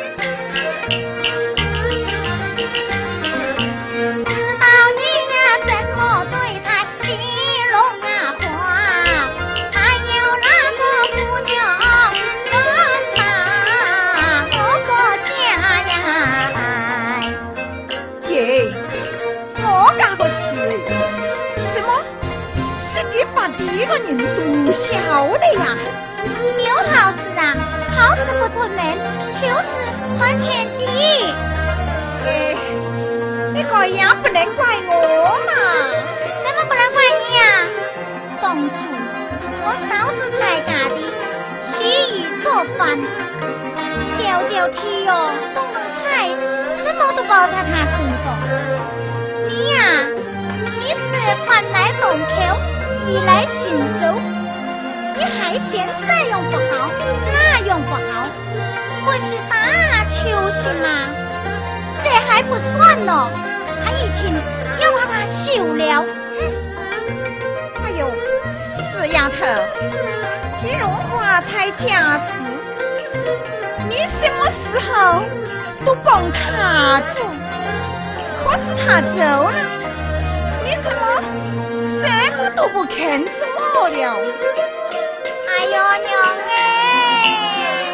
知道你呀怎么对待一龙啊花，还有那个姑娘跟把我个家呀， 耶，我干个事，什么？是你把第一个人毒晓的呀？ 有好事啊，好事不出门，旧事还钱地。 哎，你这样不能怪我嘛。 怎么不能怪你呀、公主，我嫂子才嫁的，起于做饭，九九体哟，动动菜，什么都包在她身上。你呀、 呀，你是饭来龙口，衣来行走，你还嫌这样不好，那样不好，不是打球是吗？这还不算呢，他一听要把他休了。 哼！哎呦，死丫头，皮荣华才嫁死，你什么时候都帮他做，可是他走了，你怎么什么都不肯做了？ 哎呦娘哎！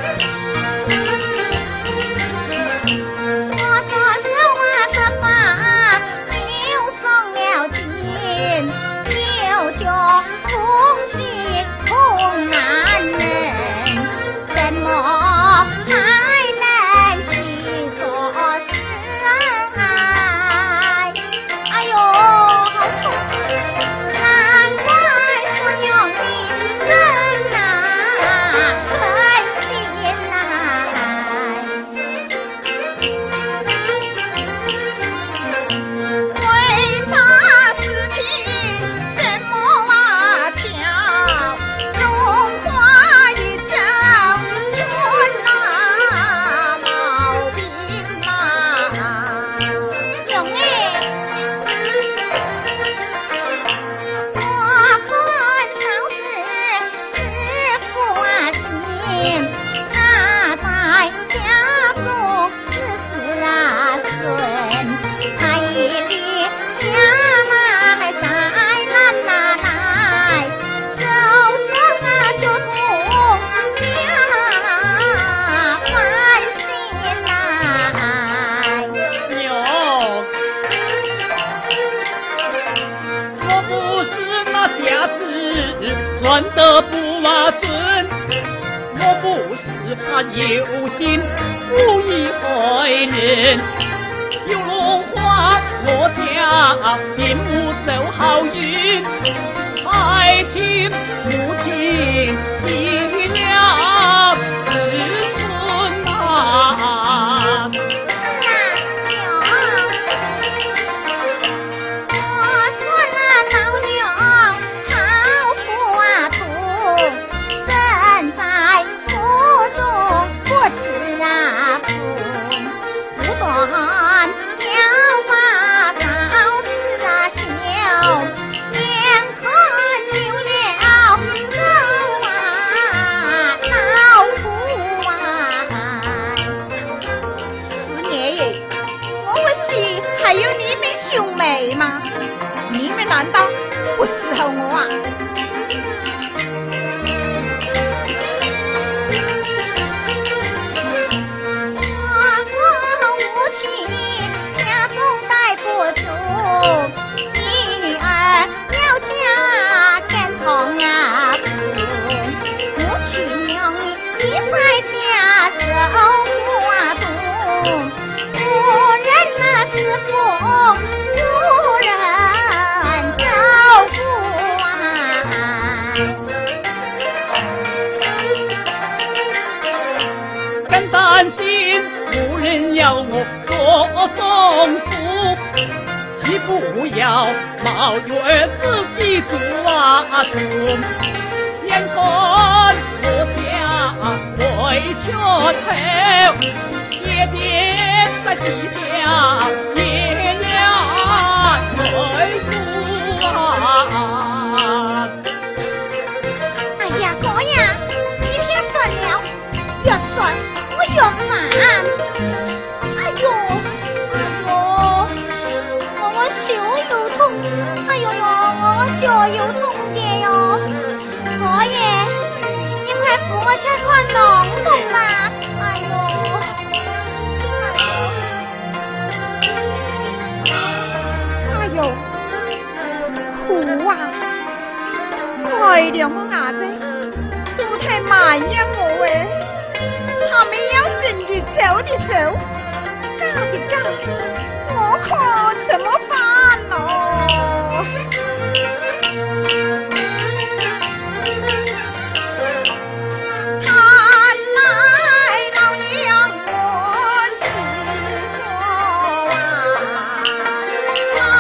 我做这话这话又送了金，又叫空虚空男人，怎么还能去做事儿？哎呦，好痛！难怪说娘的人呐狠心呐！为啥事情这么啊巧？荣华一走出了毛病嘛！娘哎，我看上是师父啊亲，他在家中事事啊顺，他一律下来再来拿来，手上啊就痛呀烦心来。 娘，我不是那家子算得不啊准，我不是怕有心故意害人。九龙花我家并不走好运，还请母亲记了子孙啊。 我说那老娘好糊啊涂，身在福中不知啊福，不断要把早事啊休，眼看就要走啊老虎啊！ 四爷爷，我不是还有你们兄妹吗？你们难道不伺候我啊？ 我无情家中待不住，女儿要嫁跟同啊父，母亲娘你在家守护啊度，无人那是父，无人照顾啊。 更担心无人要我做丈夫，岂不要冒月自己做啊主？眼看我家为缺头，爹爹在地下也了退步啊！ 哎呀哥呀，一天算了，越算我越烦。哎呦，哎呦，我我手又痛，哎呦呦，我我脚又痛些哟。哥爷，你快扶我去看龙洞吧。哎呦， 哎呦，苦啊！哎呀，我伢子都太埋怨我哎，他们要真的走的走，嫁的嫁，我可怎么办呢？看来老娘我是错啊！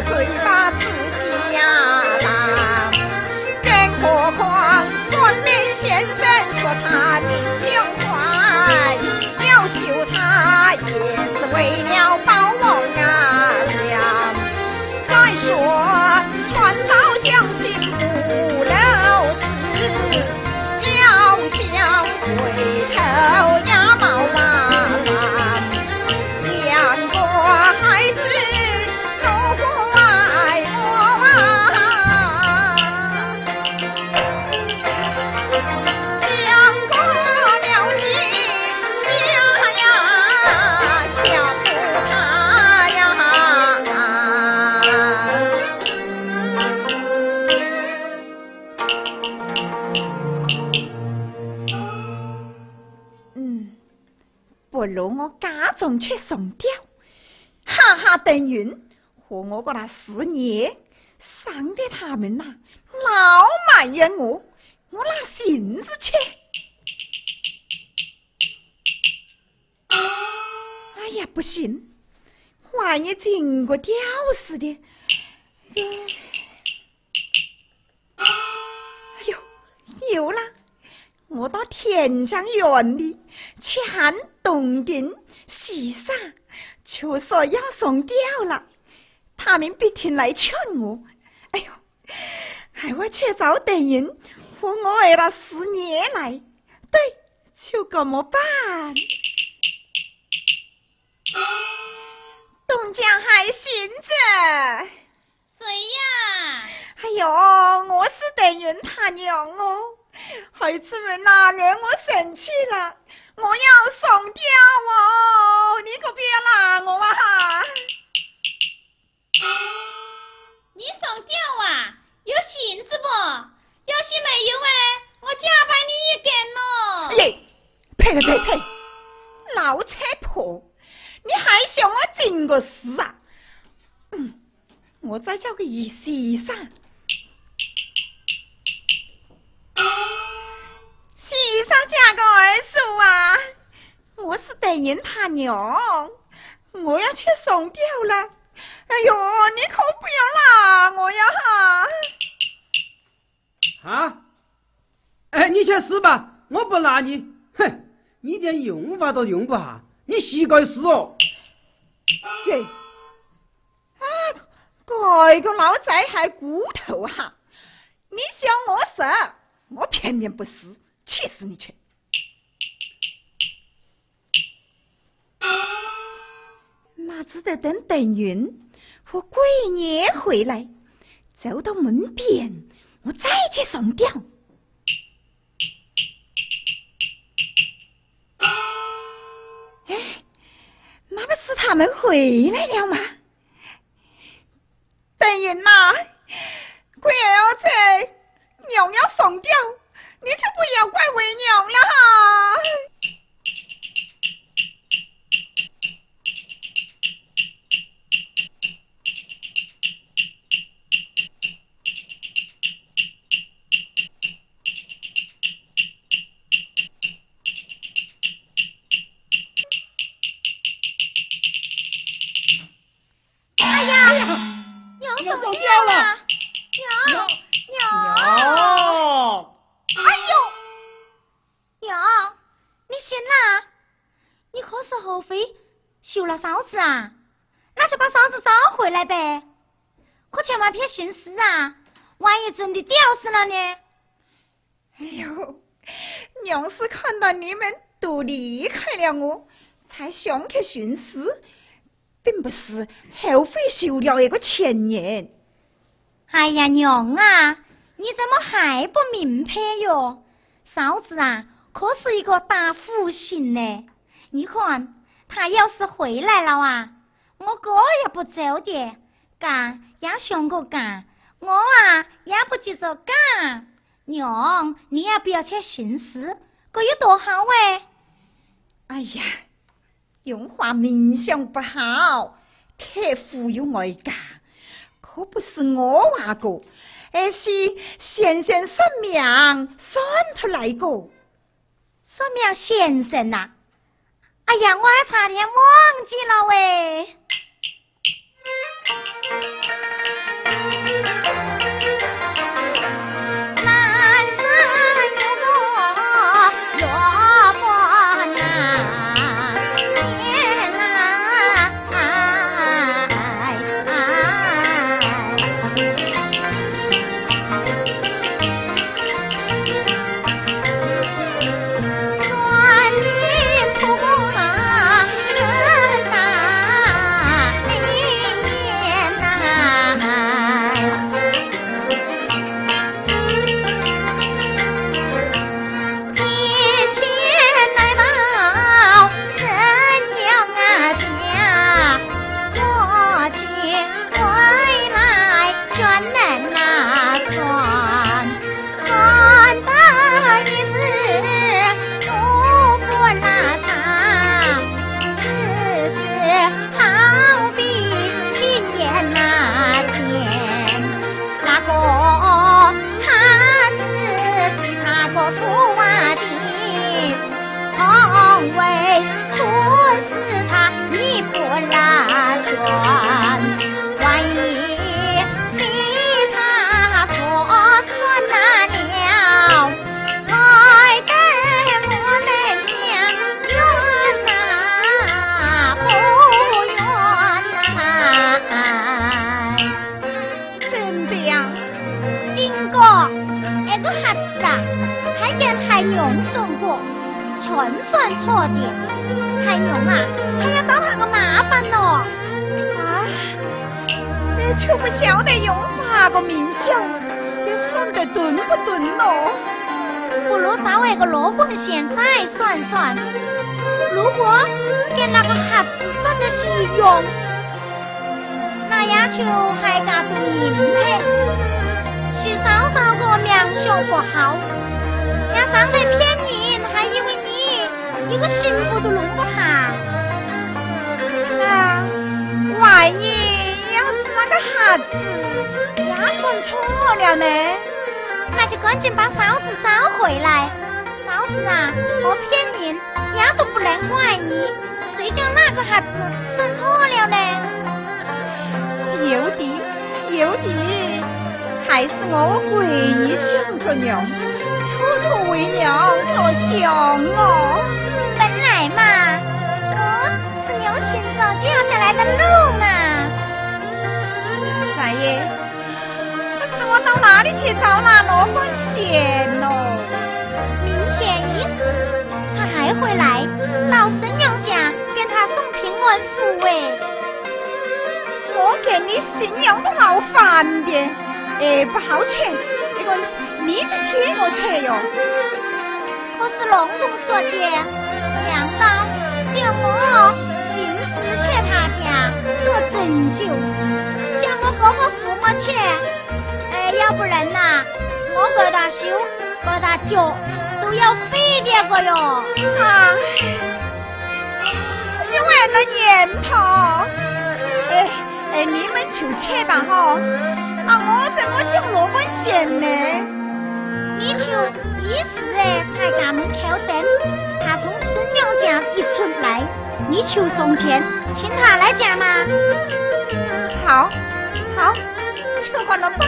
谁把自己呀当？更何况官民先生说他命胸怀，要修他也是为了保王啊家。再说传道将心不漏子，要想回头呀毛娃娃，两个孩子如果爱我啊，想过了心下呀，吓唬他呀。嗯，不如我假装去上吊，哈哈等云和我个那四爷伤得他们呐、老埋怨我，我拿信子去。哎呀，不行，万一经过吊死的，哎呦，有了！我到田江园里去喊东丁西沙，就说要送吊了，他们必定来劝我。哎呦，还我去找邓云和我儿那四爷来，对，就这么办。东家还信着。 谁呀？ 哎呦，我是邓云他娘哦，孩子们呐、惹我生气了，我要送吊哦，你可别拦我啊！ 你送吊啊？有信子不？要是没有哎，我加办你一根咯。 耶，呸呸呸呸，老扯婆，你还想我整个事啊？嗯，我再叫个意思一下。西沙嫁个儿叔啊，我是邓云他娘，我要去送吊了。哎呦，你可不要拉我呀哈！啊？哎，你去死吧，我不拉你。哼，你连用法都用不下，你膝盖死哦。 耶！啊，这个老仔还骨头哈！你想我死，我偏偏不死，气死你去！那只得等邓云和桂爷回来，走到门边，我再去送吊。哎，那不是他们回来了吗？邓云呐，桂儿子，娘要送吊，你就不要怪为娘了哈。 哎呀，娘要送送吊了了，娘娘， 哦， 哎呦，娘，你醒啦？你可是后妃休了嫂子啊？那就把嫂子找回来呗，可千万别徇私啊，万一真的吊死了呢？ 哎呦，娘是看到你们都离开了我，才想去寻死，并不是后悔休了一个前言。 哎呀，娘啊，你怎么还不明白哟？嫂子啊，可是一个大福星呢。你看，他要是回来了啊，我哥也不走的，干也想个干，我啊也不急着干。娘，你也不要去寻思，这有多好哎！ 哎呀，用话明想不好，特忽悠外家，可不是我话个，而是先生算命算出来个。 算命先生呐、啊，哎呀，我还差点忘记了喂。 不晓得用法个名相，也算得对不对咯？ 不如找一个罗凤仙再算算，如果跟那个瞎子算的是用，那也就还加读银配，是稍稍个名相不好，也长得骗人，还以为你一个幸福都弄不下。 那万一要是那个瞎子也算错了呢？ 那就赶紧把嫂子找回来。嫂子啊，我骗人，也都不能怪你，谁叫那个瞎子算错了呢？ 有的，有的，还是我闺女想着娘，处处为娘着想哦。 本来嘛，我是牛行走掉下来的路嘛。 大爷，可是我到哪里去找那罗凤仙喽？ 明天一时，他还会来到神娘家跟他送平安符哎。 我给你信用都闹烦的，哎，不好扯，这个你就替我扯哟。 可是龙总说的，两刀叫我临时去他家做拯救，叫我哥哥父母去，哎，要不然呐、啊，我给他手给他脚都要废掉个哟。 啊，你为了念头，哎哎，你们就去吧哈。啊，我怎么叫罗凤仙呢？ 你就一时哎，在家门口等，他从神娘家一出来，你就送钱，请他来家嘛。 好，好，就管了吧。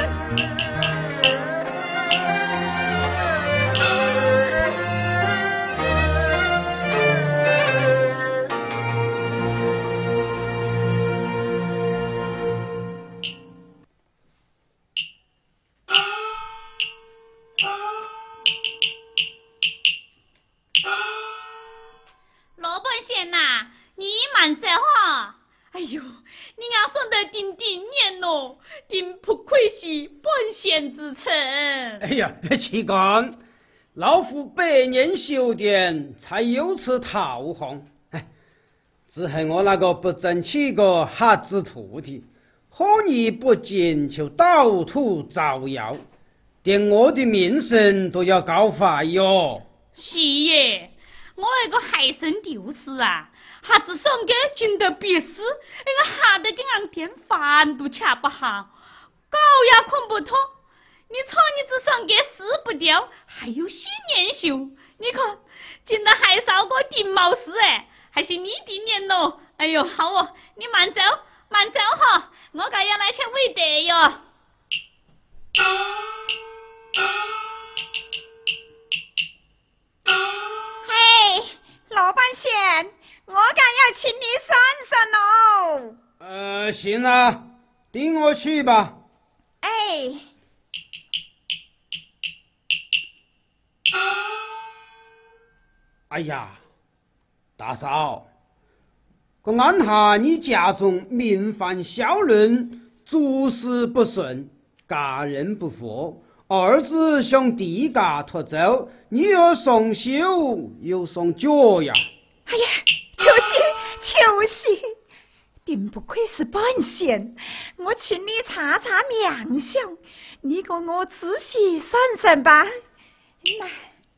罗半仙呐，你慢走哈！哎呦，你要算得顶顶年咯，定不愧是半仙之称。 哎呀，七干，老夫百年修炼，才有此桃红。哎，只恨我那个不争气个瞎子徒弟，和你不仅就倒吐造谣，连我的名声都要搞坏哟。 是耶。我那个海参丢失啊，瞎子送给进得别死，那个吓得跟俺点饭都吃不下，狗也困不脱。你瞅你只送给死不掉，还有些年修，你看进得还少个顶毛事哎，还是你顶年咯。哎呦，好哦，你慢走慢走哈，我该要来吃喂得哟。 罗半仙，我敢要请你算算喽。 呃，行啊，领我去吧。 哎， 哎呀，大嫂，我按下你家中名帆销论，诸事不顺，家人不和，儿子想地价脱走，你又送修又送脚呀！ 哎呀，就是就是，定不愧是半仙，我请你查查面相，你给我仔细算算吧。来，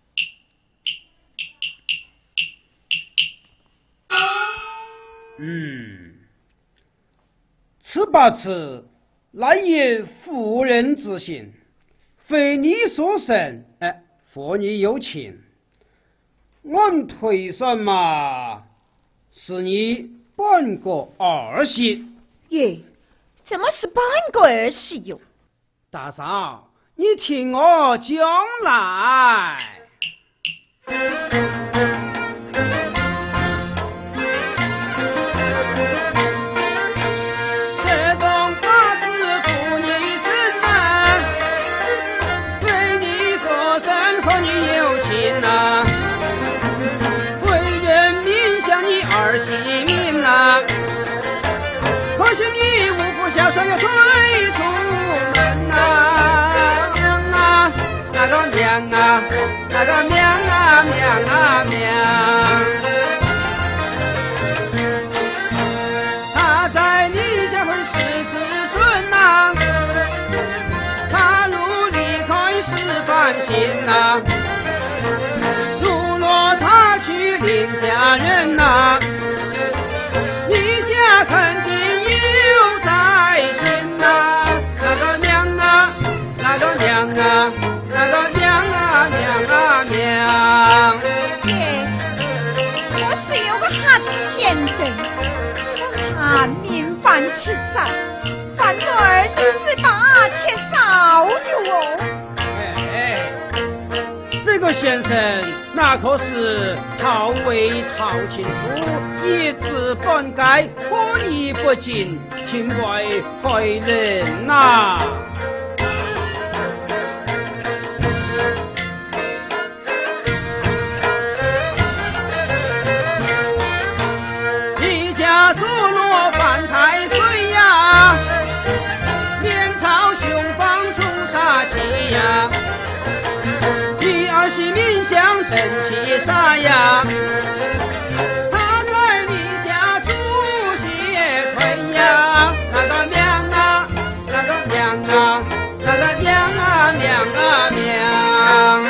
嗯，此八次乃以妇人之行，非你所生，哎，和你有情。按推算嘛，是你半个儿媳。 耶，怎么是半个儿媳哟？ 大嫂，你听我讲来。可是你无福孝顺又追七杀，反正儿子是把铁烧掉哦。 哎，这个先生那可是好为朝廷主，一字本该，过意不敬，情为害人呐、一家坐落犯太岁呀，面朝雄方出杀气呀，第二是面相正气煞呀，他在你家住些亏呀，那个娘啊，那个娘啊，那个娘啊娘啊娘，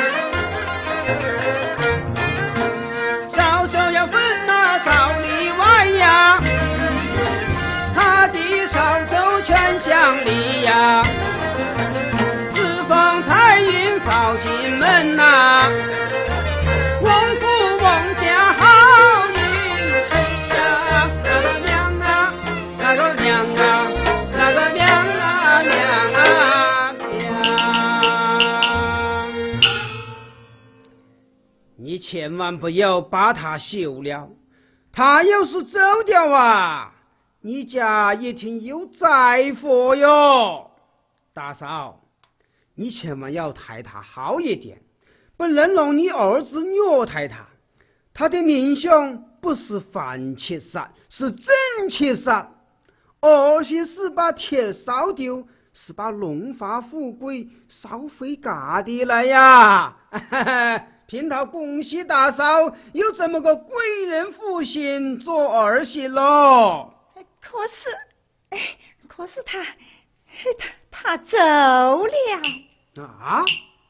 少手要分那少里外呀，他的少州全乡里呀，四方财运扫进门呐，翁夫翁家好运气呀，那个娘啊，那个娘啊，那个娘啊娘啊娘，你千万不要把他休了，他要是走掉啊，你家一定有灾祸哟。大嫂，你千万要待他好一点，不能让你儿子虐待他。他的命相不是反切杀，是正切杀，而且是把铁烧丢，是把荣华富贵烧回家的来呀。凭他恭喜大嫂有这么个贵人父亲做儿媳喽。 可是，哎，可是他，他他走了。 啊？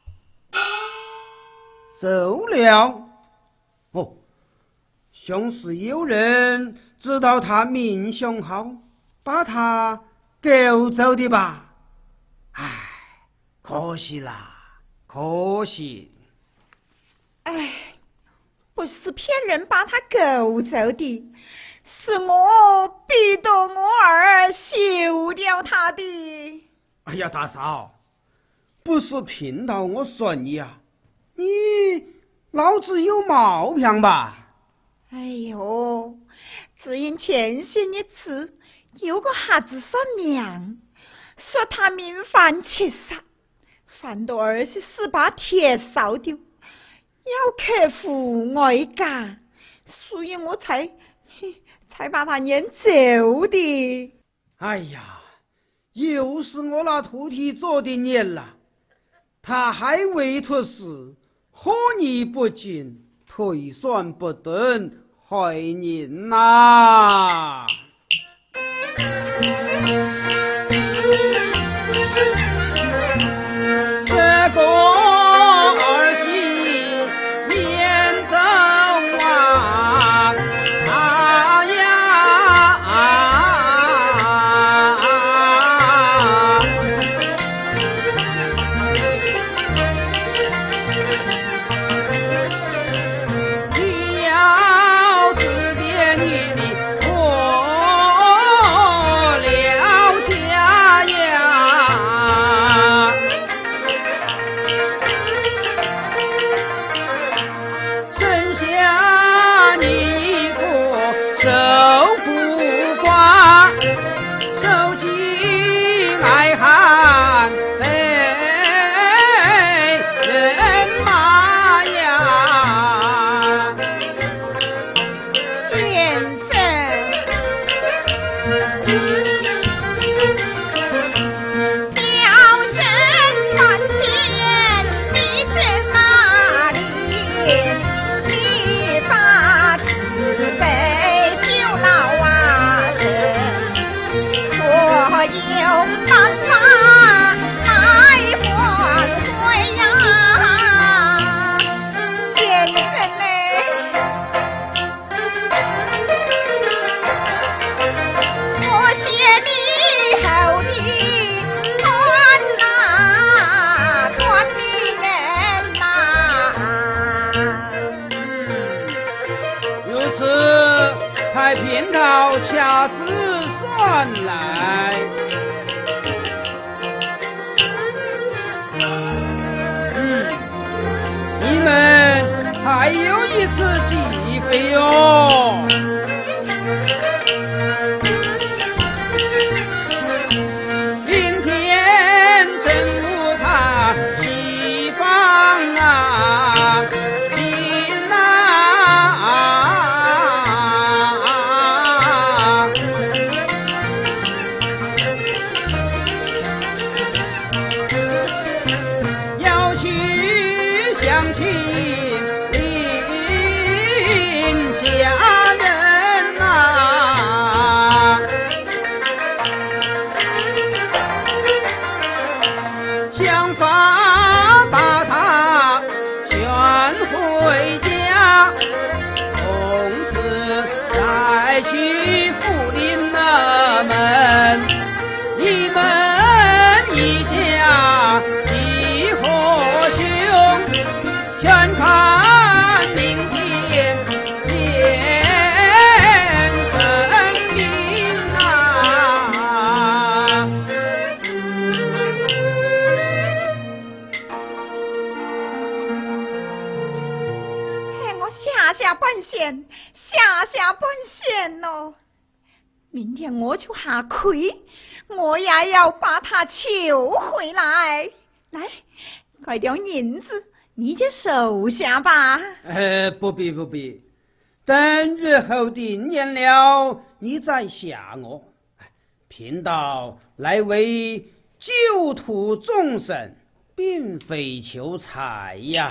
走了？哦，像是有人知道他命相好，把他狗走的吧？唉，可惜啦，可惜。 哎，不是骗人把他狗走的，是我逼得我儿休掉他的。 哎呀，大嫂，不是骗到我孙你啊，你老子有毛病吧？ 哎呦，只因前些日子有个孩子算命，说他命犯七杀，犯得儿媳是把铁烧丢，要克服外家，所以我才才把他撵走的。 哎呀，又是我那徒弟做的孽了，他还为托事，和你不敬，退算不得，害人呐、这个儿媳免走啊，啊呀啊！你要指点你的破了家呀，剩下你一个受苦瓜，受尽爱寒哎人马呀， 先生，叫声三千，你在哪里？你把慈悲救老啊人，我有办法来还回呀，先生嘞。我写你后的传呐，传的人呐。 如此才骗到恰子传来。嗯，你们还有一次机会哟。今天正午他西方啊，进啊，要去相亲邻家人啊，想法把他劝回家，从此再去福临那门，你们一家几何兄，全看明天见分明啊。 嘿，我下下半仙，下下半仙咯。明天我就下跪，我也要把他求回来。来，快点银子，你就收下吧。 呃，不必不必，等日后定年了，你再下我。贫道来为救土众生，并非求财呀。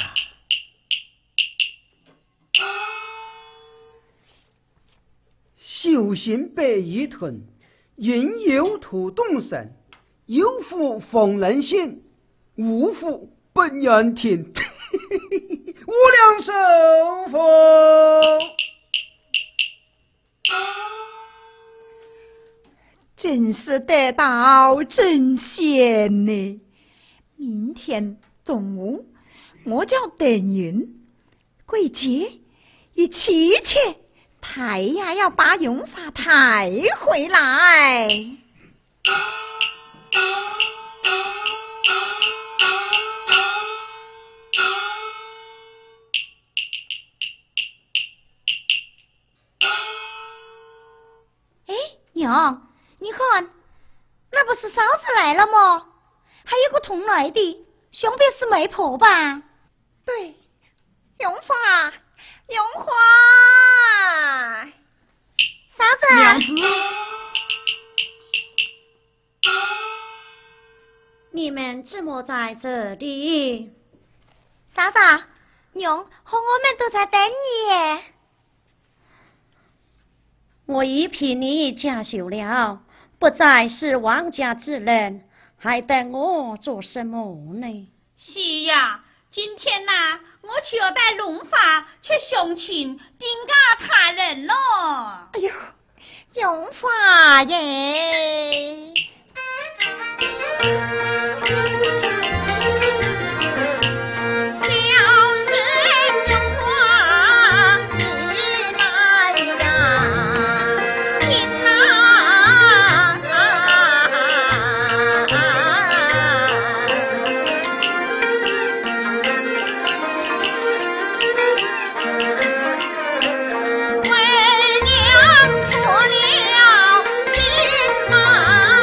修行百亿屯，应有土动神，有福逢人心，无福本人听。无量寿佛。 真是得道真仙呢！明天中午我叫邓云跪节一起去，抬呀要把永发抬回来。 哎，娘，你看，那不是嫂子来了吗？还有个同来的，想必是媒婆吧？ 对，永发，永华， 嫂子， 娘子， 你们怎么在这里？嫂子，娘和我们都在等你。我已替你家休了，不再是王家之人，还等我做什么呢？ 是呀，今天呐、啊，我就要带龙发去相亲丁家他人咯。 哎呦，永发耶！ 为娘做了金马。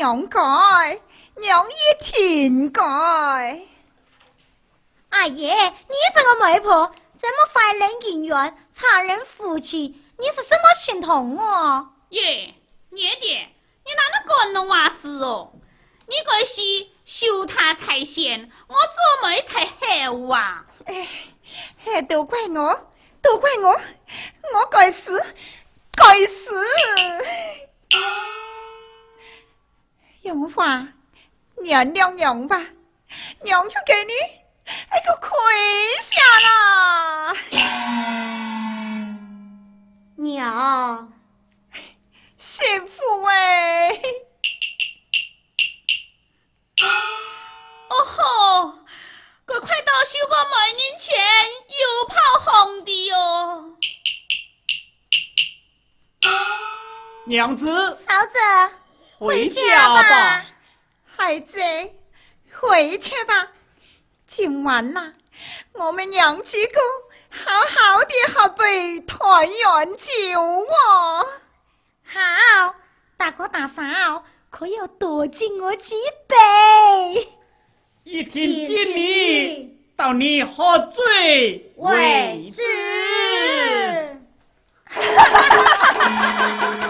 娘该，娘也挺该。 阿爷，你这个媒婆这么坏人姻缘，残忍夫妻，你是什么情同哦？ 耶，爹爹，你哪能管弄话事哦？你这是修他才贤，我做媒才好啊！ 哎，哎，都怪我，都怪我，我该死，该死！永华，原谅娘吧，娘就给你哎个跪下啦！ 娘， 媳妇哎！ 哦吼，这快到修个媒人前又跑红的哟！ 娘子， 嫂子， 回家吧。 孩子，回去吧。今晚啦，我们娘几个好好的喝杯团圆酒哦。 好，大哥大嫂，可要多敬我几杯。 一听敬你，到你喝醉为止。